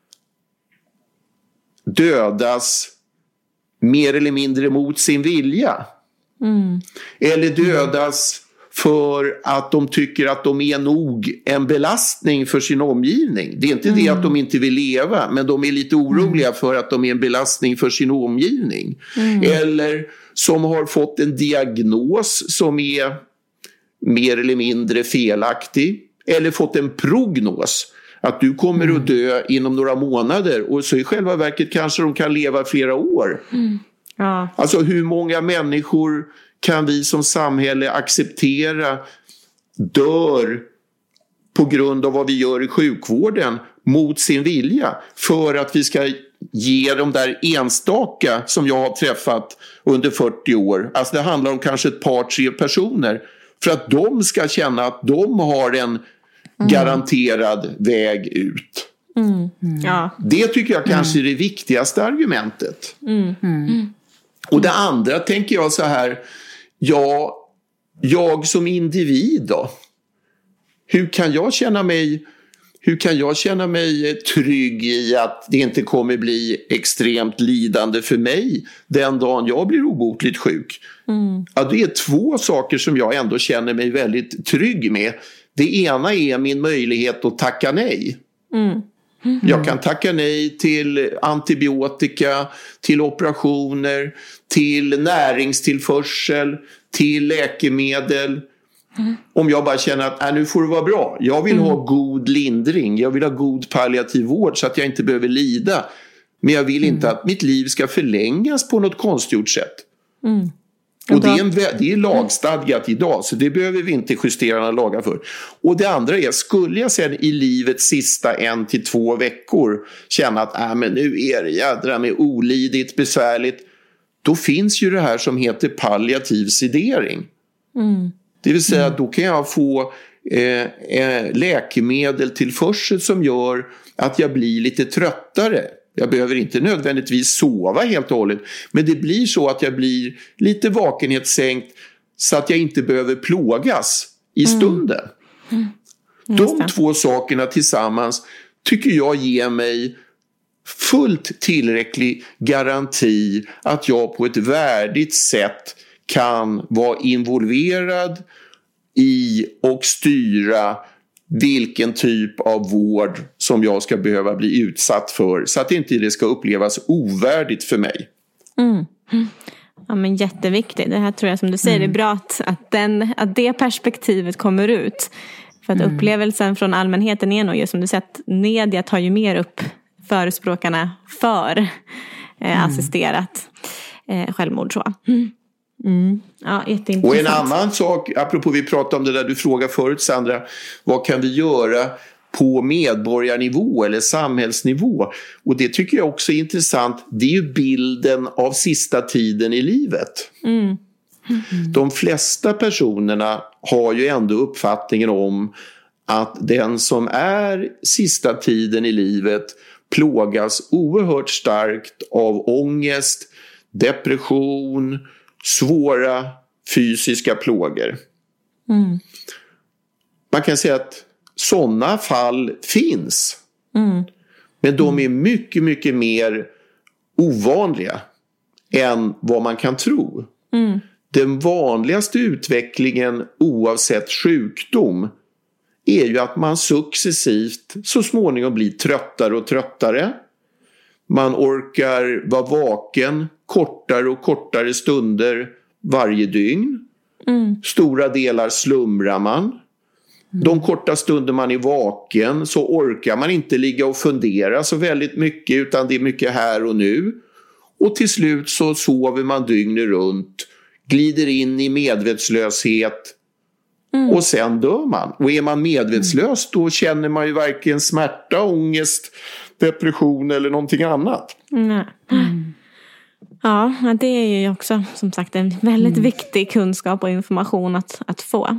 dödas mer eller mindre mot sin vilja? Eller dödas för att de tycker att de är nog en belastning för sin omgivning. Det är inte det att de inte vill leva, men de är lite oroliga för att de är en belastning för sin omgivning. Eller som har fått en diagnos som är mer eller mindre felaktig. Eller fått en prognos att du kommer att dö inom några månader, och så i själva verket kanske de kan leva flera år. Ja. Alltså hur många människor kan vi som samhälle acceptera dör på grund av vad vi gör i sjukvården mot sin vilja, för att vi ska ge de där enstaka som jag har träffat under 40 år, alltså det handlar om kanske ett par, 3 personer, för att de ska känna att de har en garanterad väg ut. Ja. Det tycker jag kanske är det viktigaste argumentet. Och det andra tänker jag så här, jag som individ då, hur kan jag känna mig trygg i att det inte kommer bli extremt lidande för mig den dagen jag blir obotligt sjuk? Ja, det är 2 saker som jag ändå känner mig väldigt trygg med. Det ena är min möjlighet att tacka nej. Jag kan tacka nej till antibiotika, till operationer, till näringstillförsel, till läkemedel. Om jag bara känner att nu får det vara bra. Jag vill ha god lindring, jag vill ha god palliativ vård så att jag inte behöver lida. Men jag vill inte att mitt liv ska förlängas på något konstgjort sätt. Och det är lagstadgat idag, så det behöver vi inte justera några lagar för. Och det andra är, skulle jag sen i livets sista 1 till 2 veckor känna att men nu är det jädra med olidigt, besvärligt, då finns ju det här som heter palliativ sedering. Det vill säga att då kan jag få läkemedeltillförsel som gör att jag blir lite tröttare. Jag behöver inte nödvändigtvis sova helt och hållet, men det blir så att jag blir lite vakenhetssänkt så att jag inte behöver plågas i stunden. De 2 sakerna tillsammans tycker jag ger mig fullt tillräcklig garanti att jag på ett värdigt sätt kan vara involverad i och styra vilken typ av vård som jag ska behöva bli utsatt för, så att inte det ska upplevas ovärdigt för mig. Ja, men jätteviktigt. Det här tror jag, som du säger, det är bra att det perspektivet kommer ut. För att upplevelsen från allmänheten är nog ju, som du säger, att media tar ju mer upp förespråkarna för assisterat självmord så. Ja, jätteintressant. Och en annan sak, apropå vi pratade om det där du frågade förut, Sandra, vad kan vi göra på medborgarnivå eller samhällsnivå? Och det tycker jag också är intressant. Det är ju bilden av sista tiden i livet. De flesta personerna har ju ändå uppfattningen om att den som är sista tiden i livet plågas oerhört starkt av ångest, depression, svåra fysiska plågor. Man kan säga att sådana fall finns. Men de är mycket, mycket mer ovanliga än vad man kan tro. den vanligaste utvecklingen oavsett sjukdom är ju att man successivt så småningom blir tröttare och tröttare. Man orkar vara vaken kortare och kortare stunder varje dygn. Stora delar slumrar man. De korta stunder man är vaken så orkar man inte ligga och fundera så väldigt mycket, utan det är mycket här och nu. Och till slut så sover man dygnet runt, glider in i medvetslöshet och sen dör man. Och är man medvetslös då känner man ju varken smärta, ångest, depression eller någonting annat. Ja, det är ju också som sagt en väldigt viktig kunskap och information att få.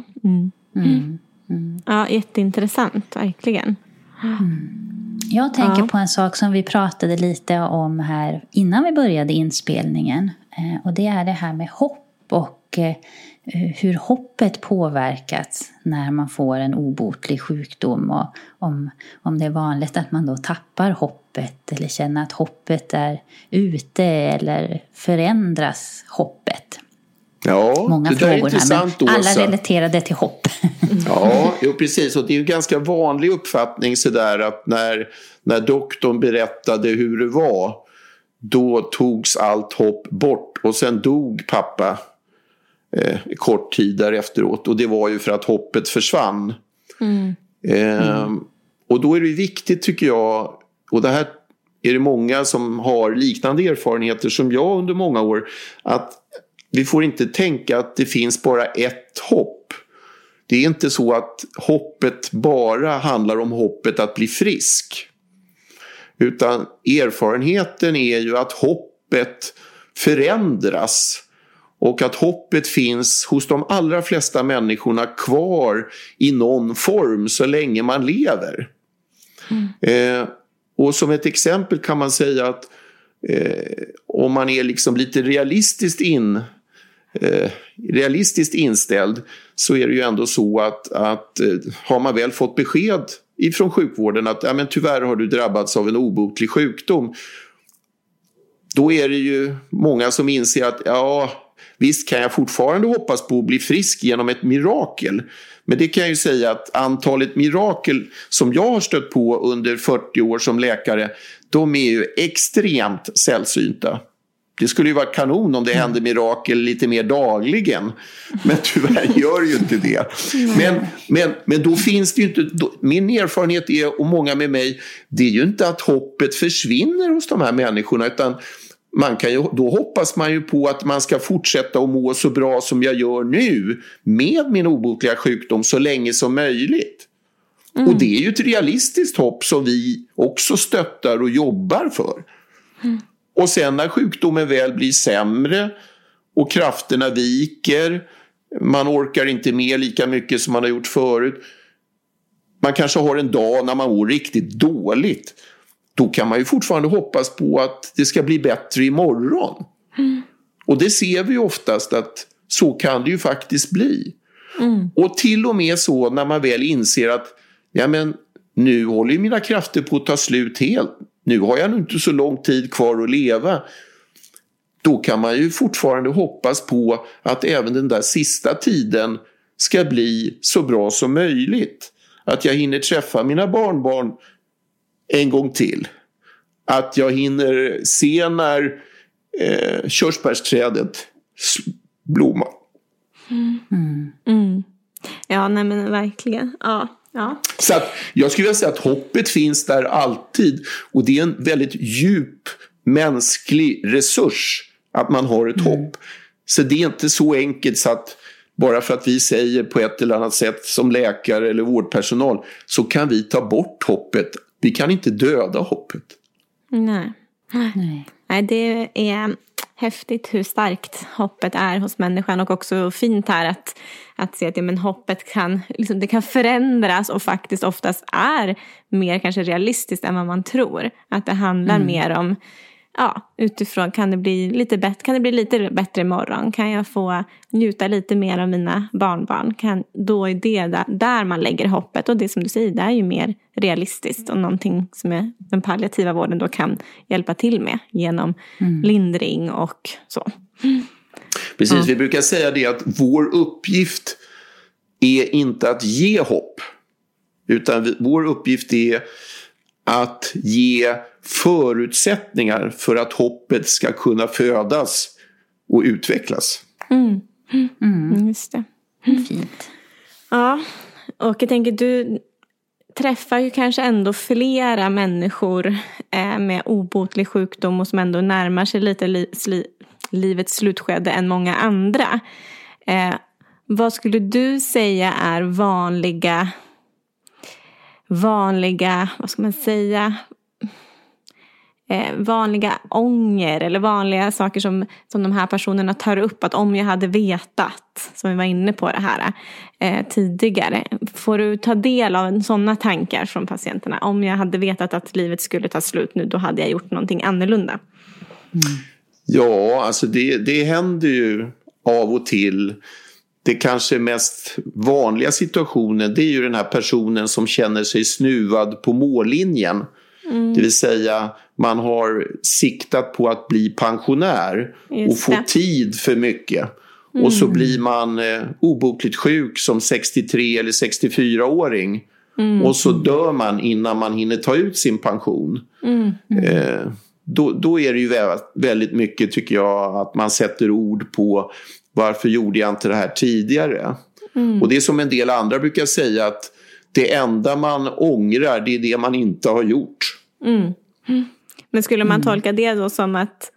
Ja, jätteintressant, verkligen. Jag tänker på en sak som vi pratade lite om här innan vi började inspelningen. Och det är det här med hopp och hur hoppet påverkats när man får en obotlig sjukdom. Och om det är vanligt att man då tappar hoppet eller känner att hoppet är ute eller förändras hoppet. Ja, många det där är frågor intressant, här, men alla Åsa. relaterade till hopp. Ja, jo, precis. Och det är ju en ganska vanlig uppfattning så där att när doktorn berättade hur det var, då togs allt hopp bort och sen dog pappa kort tid därefteråt. Och det var ju för att hoppet försvann. Och då är det viktigt, tycker jag, och det här är det många som har liknande erfarenheter som jag under många år, att vi får inte tänka att det finns bara ett hopp. Det är inte så att hoppet bara handlar om hoppet att bli frisk. Utan erfarenheten är ju att hoppet förändras. Och att hoppet finns hos de allra flesta människorna kvar i någon form så länge man lever. Och som ett exempel kan man säga att om man är liksom lite realistiskt inställd, så är det ju ändå så att har man väl fått besked ifrån sjukvården att men tyvärr har du drabbats av en obotlig sjukdom, då är det ju många som inser att visst kan jag fortfarande hoppas på att bli frisk genom ett mirakel. Men det kan jag ju säga att antalet mirakel som jag har stött på under 40 år som läkare, de är ju extremt sällsynta. Det skulle ju vara kanon om det hände mirakel lite mer dagligen. Men tyvärr gör ju inte det. Men då finns det ju inte... Min erfarenhet är, och många med mig, det är ju inte att hoppet försvinner hos de här människorna, utan då hoppas man ju på att man ska fortsätta att må så bra som jag gör nu med min obotliga sjukdom så länge som möjligt. Och det är ju ett realistiskt hopp som vi också stöttar och jobbar för. Och sen när sjukdomen väl blir sämre och krafterna viker, man orkar inte med lika mycket som man har gjort förut, man kanske har en dag när man mår riktigt dåligt, då kan man ju fortfarande hoppas på att det ska bli bättre imorgon. Och det ser vi ju oftast att så kan det ju faktiskt bli. Och till och med så när man väl inser att nu håller ju mina krafter på att ta slut helt. Nu har jag nog inte så lång tid kvar att leva. Då kan man ju fortfarande hoppas på att även den där sista tiden ska bli så bra som möjligt. Att jag hinner träffa mina barnbarn en gång till. Att jag hinner se när körsbärsträdet blommar. Ja, nej men verkligen. Ja. Så att jag skulle vilja säga att hoppet finns där alltid. Och det är en väldigt djup mänsklig resurs att man har ett hopp. Så det är inte så enkelt så att bara för att vi säger på ett eller annat sätt som läkare eller vårdpersonal så kan vi ta bort hoppet. Vi kan inte döda hoppet. Nej, det är häftigt hur starkt hoppet är hos människan, och också fint här att se att hoppet kan, liksom, det kan förändras och faktiskt oftast är mer kanske realistiskt än vad man tror. Att det handlar mer om, utifrån kan det bli lite bättre imorgon? Kan jag få njuta lite mer av mina barnbarn? Då är det där man lägger hoppet, och det som du säger, det är ju mer realistiskt och någonting som den palliativa vården då kan hjälpa till med genom lindring och så. Precis, vi brukar säga det att vår uppgift är inte att ge hopp. Utan vår uppgift är att ge förutsättningar för att hoppet ska kunna födas och utvecklas. Just det. Fint. Ja, och jag tänker du träffar ju kanske ändå flera människor med obotlig sjukdom och som ändå närmar sig lite livets slutskede än många andra. Vad skulle du säga är vanliga, vad ska man säga, vanliga ånger eller vanliga saker som de här personerna tar upp, att om jag hade vetat, som vi var inne på det här tidigare. Får du ta del av sådana tankar från patienterna? Om jag hade vetat att livet skulle ta slut nu, då hade jag gjort någonting annorlunda. Ja, alltså det händer ju av och till. Det kanske mest vanliga situationen, det är ju den här personen som känner sig snuvad på mållinjen. Det vill säga man har siktat på att bli pensionär och få tid för mycket. Och så blir man obotligt sjuk som 63 eller 64-åring. Och så dör man innan man hinner ta ut sin pension. Då är det ju väldigt mycket, tycker jag, att man sätter ord på varför gjorde jag inte det här tidigare. Och det är som en del andra brukar säga, att det enda man ångrar, det är det man inte har gjort. Men skulle man tolka det då som att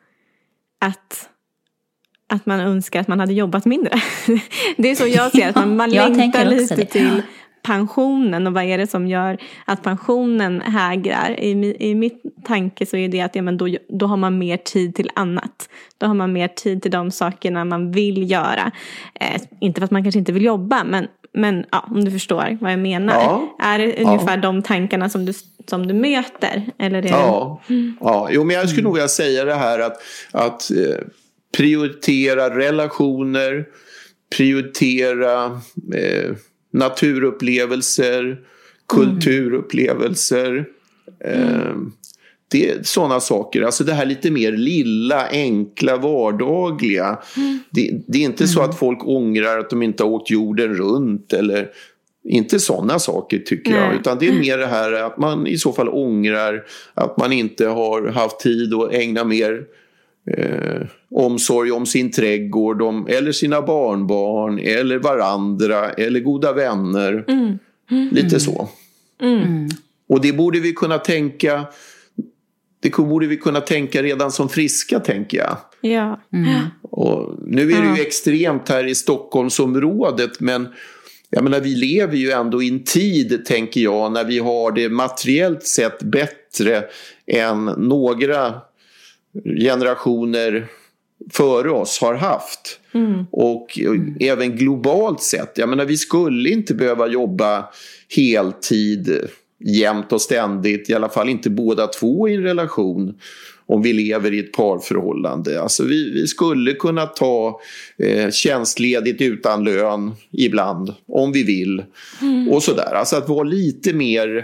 man önskar att man hade jobbat mindre? Det är så jag ser, att man längtar lite till pensionen. Och vad är det som gör att pensionen hägrar? I mitt tanke så är det att då har man mer tid till annat. Då har man mer tid till de sakerna man vill göra. Inte för att man kanske inte vill jobba, men ja, om du förstår vad jag menar. Ja, är det ungefär de tankarna som du möter? Eller är men jag skulle nog vilja säga det här att prioritera relationer, prioritera naturupplevelser, kulturupplevelser. Det är sådana saker. Alltså det här lite mer lilla, enkla, vardagliga. Det är inte så att folk ångrar att de inte har åkt jorden runt. Eller inte sådana saker, tycker jag. Utan det är mer det här att man i så fall ångrar att man inte har haft tid att ägna mer omsorg om sin trädgård, eller sina barnbarn, eller varandra, eller goda vänner. Lite så. Och det borde vi kunna tänka. Det borde vi kunna tänka redan som friska, tänker jag. Ja. Och nu är det ju extremt här i Stockholmsområdet, men jag menar, vi lever ju ändå i en tid, tänker jag, när vi har det materiellt sett bättre än några generationer före oss har haft. Och även globalt sett. Jag menar, vi skulle inte behöva jobba heltid jämt och ständigt, i alla fall inte båda två i en relation, om vi lever i ett parförhållande. Alltså vi skulle kunna ta tjänstledigt utan lön ibland, om vi vill. Och sådär. Alltså att vara lite mer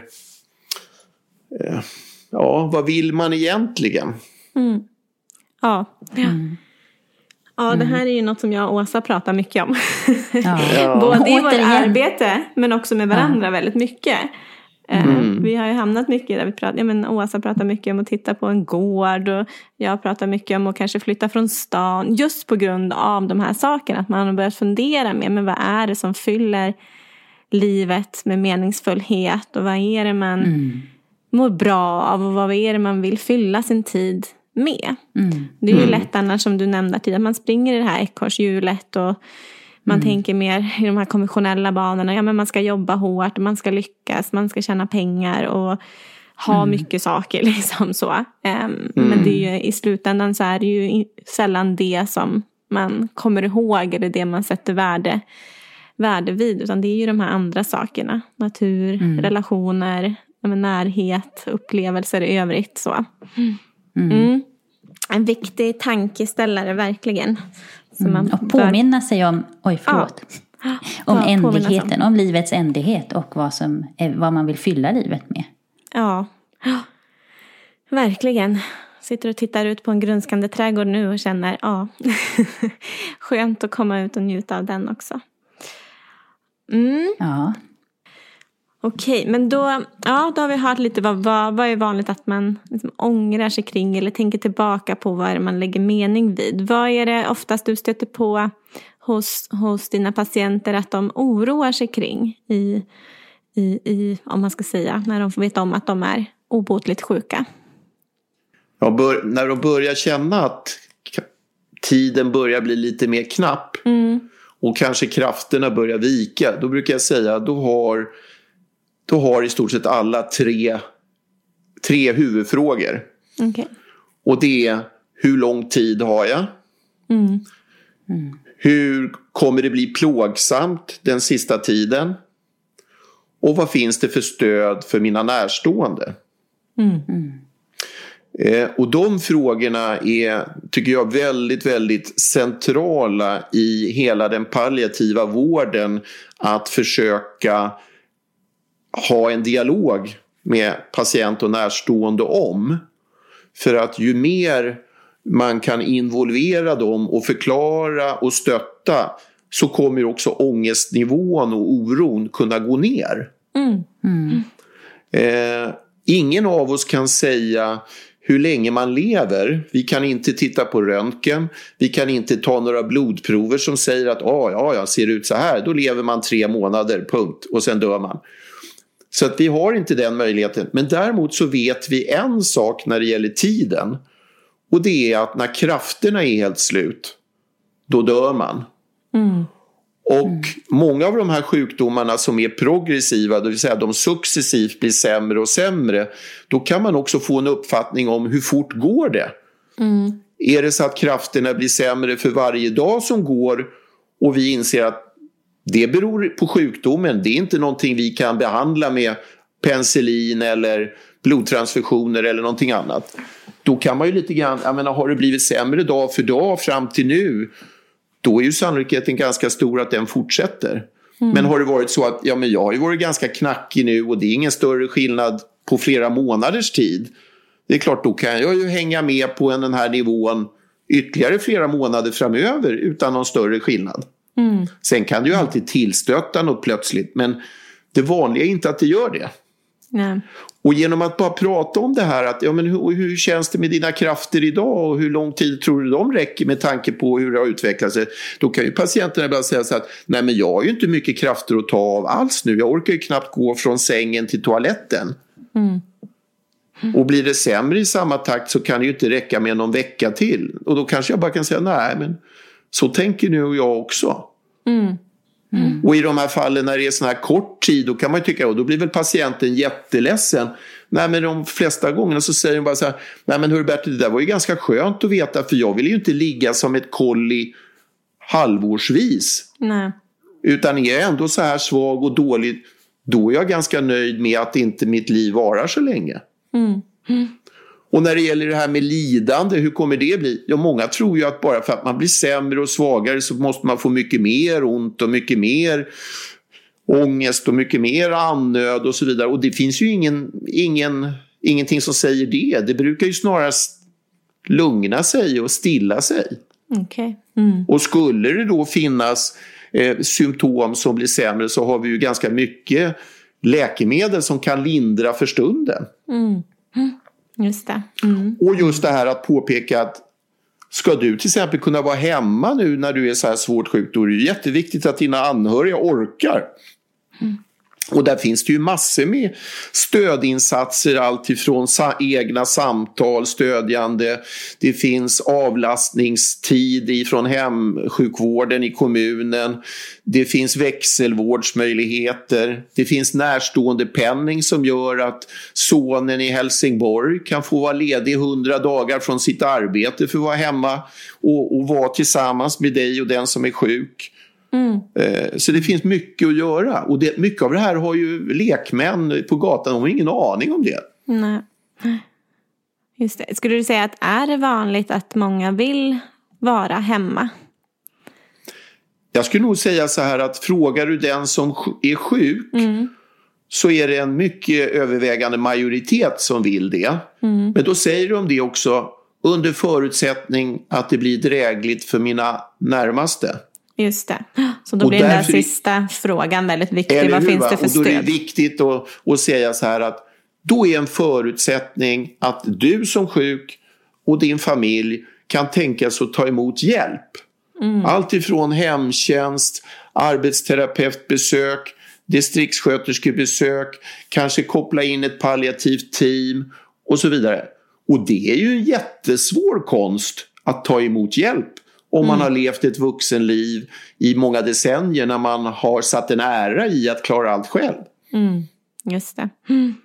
vad vill man egentligen? Ja, det här är ju något som jag och Åsa pratar mycket om. Både i vårt arbete, men också med varandra väldigt mycket. Vi har ju hamnat mycket där vi pratar. Åsa pratar mycket om att titta på en gård, och jag pratar mycket om att kanske flytta från stan, just på grund av de här sakerna. Att man har börjat fundera mer, men vad är det som fyller livet med meningsfullhet, och vad är det man mår bra av, och vad är det man vill fylla sin tid med. Det är ju lätt annars, som du nämnde tidigare, att man springer i det här ekorrshjulet och man tänker mer i de här konventionella banorna. Ja, men man ska jobba hårt, man ska lyckas, man ska tjäna pengar och ha mycket saker liksom så. Men det är ju, i slutändan så är det ju sällan det som man kommer ihåg, eller det man sätter värde vid, utan det är ju de här andra sakerna. Natur, relationer, närhet, upplevelser i övrigt så. En viktig tankeställare verkligen. Och påminna sig om om ändligheten, om livets ändlighet, och vad man vill fylla livet med. Ja, verkligen. sitter och tittar ut på en grönskande trädgård nu och känner, ja, skönt att komma ut och njuta av den också. Ja. Okej, men då har vi hört lite vad är vanligt att man liksom ångrar sig kring eller tänker tillbaka på vad är det man lägger mening vid. Vad är det oftast du stöter på hos dina patienter att de oroar sig kring i om man ska säga, när de får veta om att de är obotligt sjuka? Ja, när de börjar känna att tiden börjar bli lite mer knapp och kanske krafterna börjar vika, då brukar jag säga då har i stort sett alla tre huvudfrågor. Okay. Och det är: hur lång tid har jag? Hur kommer det bli plågsamt den sista tiden? Och vad finns det för stöd för mina närstående? Och de frågorna är, tycker jag, väldigt, väldigt centrala i hela den palliativa vården, att försöka ha en dialog med patient och närstående om. För att ju mer man kan involvera dem och förklara och stötta, så kommer också ångestnivån och oron kunna gå ner. Ingen av oss kan säga hur länge man lever. Vi kan inte titta på röntgen. Vi kan inte ta några blodprover som säger att jag ser ut så här. Då lever man 3 månader, punkt. Och sen dör man. Så att vi har inte den möjligheten. Men däremot så vet vi en sak när det gäller tiden. Och det är att när krafterna är helt slut, då dör man. Och många av de här sjukdomarna som är progressiva, det vill säga de successivt blir sämre och sämre, då kan man också få en uppfattning om hur fort går det. Är det så att krafterna blir sämre för varje dag som går och vi inser att det beror på sjukdomen, det är inte någonting vi kan behandla med penicillin eller blodtransfusioner eller någonting annat. Då kan man ju lite grann, har det blivit sämre dag för dag fram till nu, då är ju sannolikheten ganska stor att den fortsätter. Men har det varit så att jag har ju varit ganska knackig nu och det är ingen större skillnad på flera månaders tid, det är klart, då kan jag ju hänga med på den här nivån ytterligare flera månader framöver utan någon större skillnad. Sen kan det ju alltid tillstöta något plötsligt, men det vanliga är inte att det gör det. Nej. Och genom att bara prata om det här, att hur känns det med dina krafter idag och hur lång tid tror du de räcker med tanke på hur det har utvecklat sig, då kan ju patienterna ibland säga så att nej, men jag har ju inte mycket krafter att ta av alls nu, jag orkar ju knappt gå från sängen till toaletten. Och blir det sämre i samma takt så kan det ju inte räcka med någon vecka till, och då kanske jag bara kan säga nej, men så tänker nu och jag också. Och i de här fallen när det är sån här kort tid, då kan man ju tycka, och då blir väl patienten jätteledsen. Nej, men de flesta gångerna så säger de bara så här: nej men hörru Bertil, det där var ju ganska skönt att veta, för jag vill ju inte ligga som ett kolli halvårsvis. Nej. Utan är jag ändå så här svag och dålig, då är jag ganska nöjd med att inte mitt liv varar så länge. Och när det gäller det här med lidande, hur kommer det bli? Ja, många tror ju att bara för att man blir sämre och svagare så måste man få mycket mer ont och mycket mer ångest och mycket mer annöd och så vidare. Och det finns ju ingenting som säger det. Det brukar ju snarare lugna sig och stilla sig. Okay. Och skulle det då finnas symptom som blir sämre, så har vi ju ganska mycket läkemedel som kan lindra för stunden. Just det. Och just det här att påpeka att ska du till exempel kunna vara hemma nu när du är så här svårt sjuk, då är det jätteviktigt att dina anhöriga orkar. Och där finns det ju massor med stödinsatser, allt ifrån egna samtal, stödjande. Det finns avlastningstid ifrån hemsjukvården i kommunen. Det finns växelvårdsmöjligheter. Det finns närstående penning som gör att sonen i Helsingborg kan få vara ledig 100 dagar från sitt arbete för att vara hemma och vara tillsammans med dig och den som är sjuk. Så det finns mycket att göra, och mycket av det här har ju lekmän på gatan, de har ingen aning om det. Nej. Just det. Skulle du säga att är det vanligt att många vill vara hemma? Jag skulle nog säga så här, att frågar du den som är sjuk så är det en mycket övervägande majoritet som vill det. Men då säger de det också: under förutsättning att det blir drägligt för mina närmaste. Just det. Så då blir den där sista frågan väldigt viktig. Vad finns det för stöd? Och då är det viktigt att säga så här att då är en förutsättning att du som sjuk och din familj kan tänkas att ta emot hjälp. Allt ifrån hemtjänst, arbetsterapeutbesök, distriktssköterskebesök, kanske koppla in ett palliativt team och så vidare. Och det är ju en jättesvår konst att ta emot hjälp om man har levt ett vuxenliv i många decennier när man har satt en ära i att klara allt själv. Just det.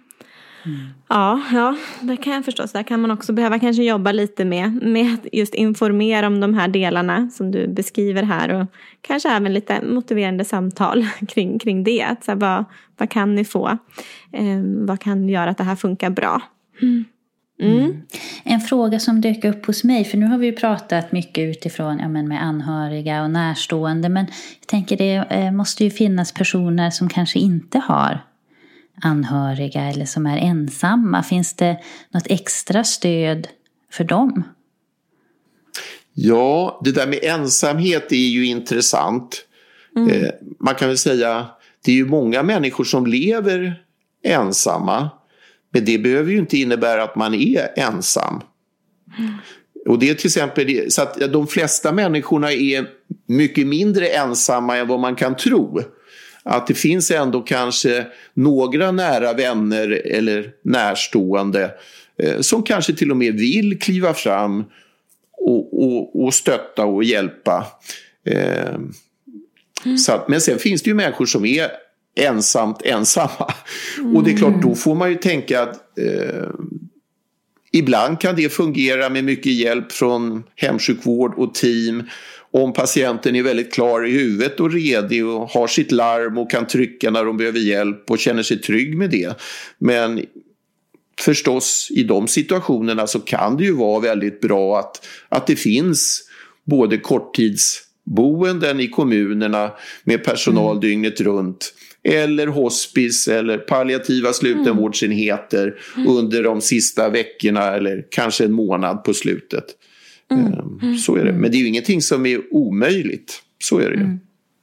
Ja, det kan jag förstå. Så där kan man också behöva kanske jobba lite med att just informera om de här delarna som du beskriver här. Och kanske även lite motiverande samtal kring det. Att så här, vad kan ni få? Vad kan göra att det här funkar bra? En fråga som dök upp hos mig, för nu har vi ju pratat mycket utifrån med anhöriga och närstående, men jag tänker det måste ju finnas personer som kanske inte har anhöriga eller som är ensamma. Finns det något extra stöd för dem? Ja, det där med ensamhet är ju intressant. Man kan väl säga det är ju många människor som lever ensamma. Men det behöver ju inte innebära att man är ensam. Och det är till exempel så att de flesta människorna är mycket mindre ensamma än vad man kan tro. Att det finns ändå kanske några nära vänner eller närstående som kanske till och med vill kliva fram och stötta och hjälpa. Men sen finns det ju människor som är ensamma. Och det är klart, då får man ju tänka att ibland kan det fungera med mycket hjälp från hemsjukvård och team om patienten är väldigt klar i huvudet och redig och har sitt larm och kan trycka när de behöver hjälp och känner sig trygg med det. Men förstås i de situationerna så kan det ju vara väldigt bra att det finns både korttidsboenden i kommunerna med personal dygnet runt eller hospice eller palliativa slutenvårdsenheter under de sista veckorna eller kanske en månad på slutet. Så är det. Men det är ju ingenting som är omöjligt. Så är det ju.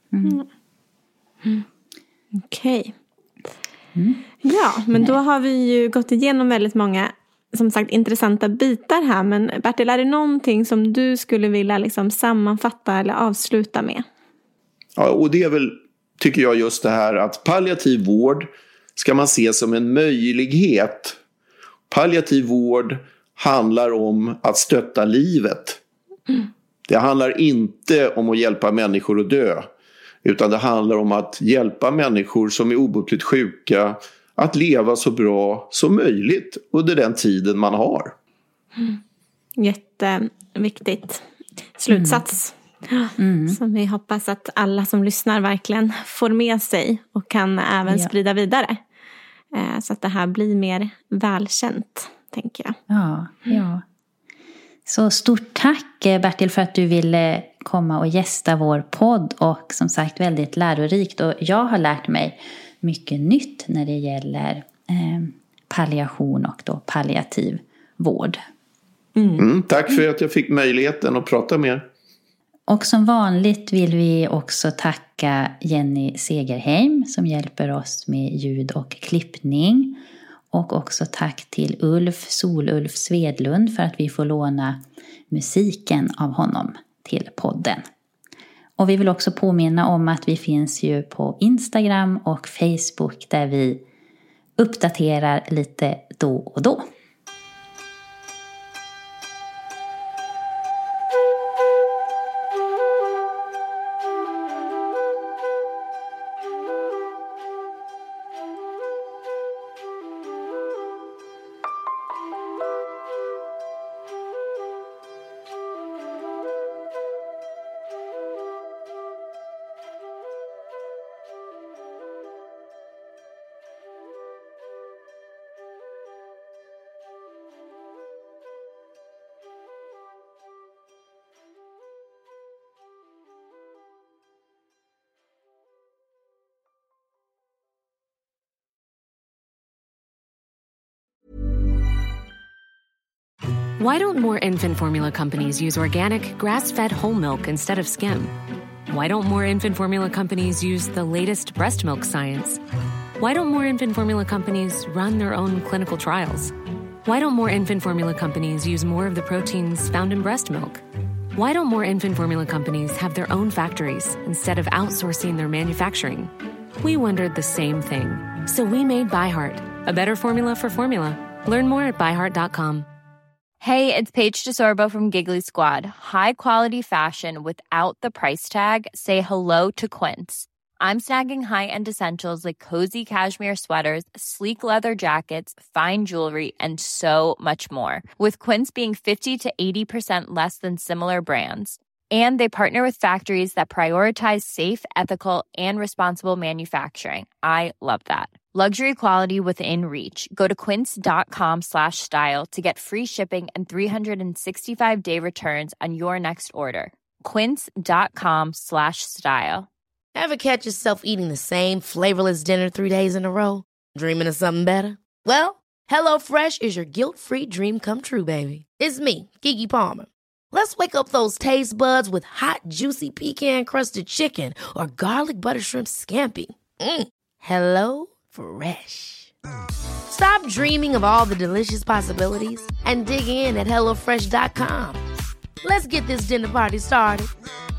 Okej. Ja, men då har vi ju gått igenom väldigt många, som sagt, intressanta bitar här. Men Bertil, är det någonting som du skulle vilja liksom sammanfatta eller avsluta med? Ja, och det är väl, tycker jag, just det här att palliativ vård ska man se som en möjlighet. Palliativ vård handlar om att stötta livet. Det handlar inte om att hjälpa människor att dö. Utan det handlar om att hjälpa människor som är obotligt sjuka att leva så bra som möjligt under den tiden man har. Jätteviktigt slutsats. Som vi hoppas att alla som lyssnar verkligen får med sig och kan även sprida vidare. Så att det här blir mer välkänt, tänker jag. Ja. Så stort tack, Bertil, för att du ville komma och gästa vår podd. Och som sagt, väldigt lärorikt. Och jag har lärt mig mycket nytt när det gäller palliation och då palliativ vård. Tack för att jag fick möjligheten att prata med er. Och som vanligt vill vi också tacka Jenny Segerheim som hjälper oss med ljud och klippning. Och också tack till Solulf Svedlund för att vi får låna musiken av honom till podden. Och vi vill också påminna om att vi finns ju på Instagram och Facebook där vi uppdaterar lite då och då. Why don't more infant formula companies use organic, grass-fed whole milk instead of skim? Why don't more infant formula companies use the latest breast milk science? Why don't more infant formula companies run their own clinical trials? Why don't more infant formula companies use more of the proteins found in breast milk? Why don't more infant formula companies have their own factories instead of outsourcing their manufacturing? We wondered the same thing. So we made ByHeart, a better formula for formula. Learn more at byheart.com. Hey, it's Paige DeSorbo from Giggly Squad. High quality fashion without the price tag. Say hello to Quince. I'm snagging high-end essentials like cozy cashmere sweaters, sleek leather jackets, fine jewelry, and so much more. With Quince being 50 to 80% less than similar brands. And they partner with factories that prioritize safe, ethical, and responsible manufacturing. I love that. Luxury quality within reach. Go to quince.com/style to get free shipping and 365-day returns on your next order. Quince.com/style. Ever catch yourself eating the same flavorless dinner 3 days in a row? Dreaming of something better? Well, HelloFresh is your guilt-free dream come true, baby. It's me, Keke Palmer. Let's wake up those taste buds with hot, juicy pecan-crusted chicken or garlic butter shrimp scampi. Hello Fresh. Stop dreaming of all the delicious possibilities and dig in at HelloFresh.com. Let's get this dinner party started.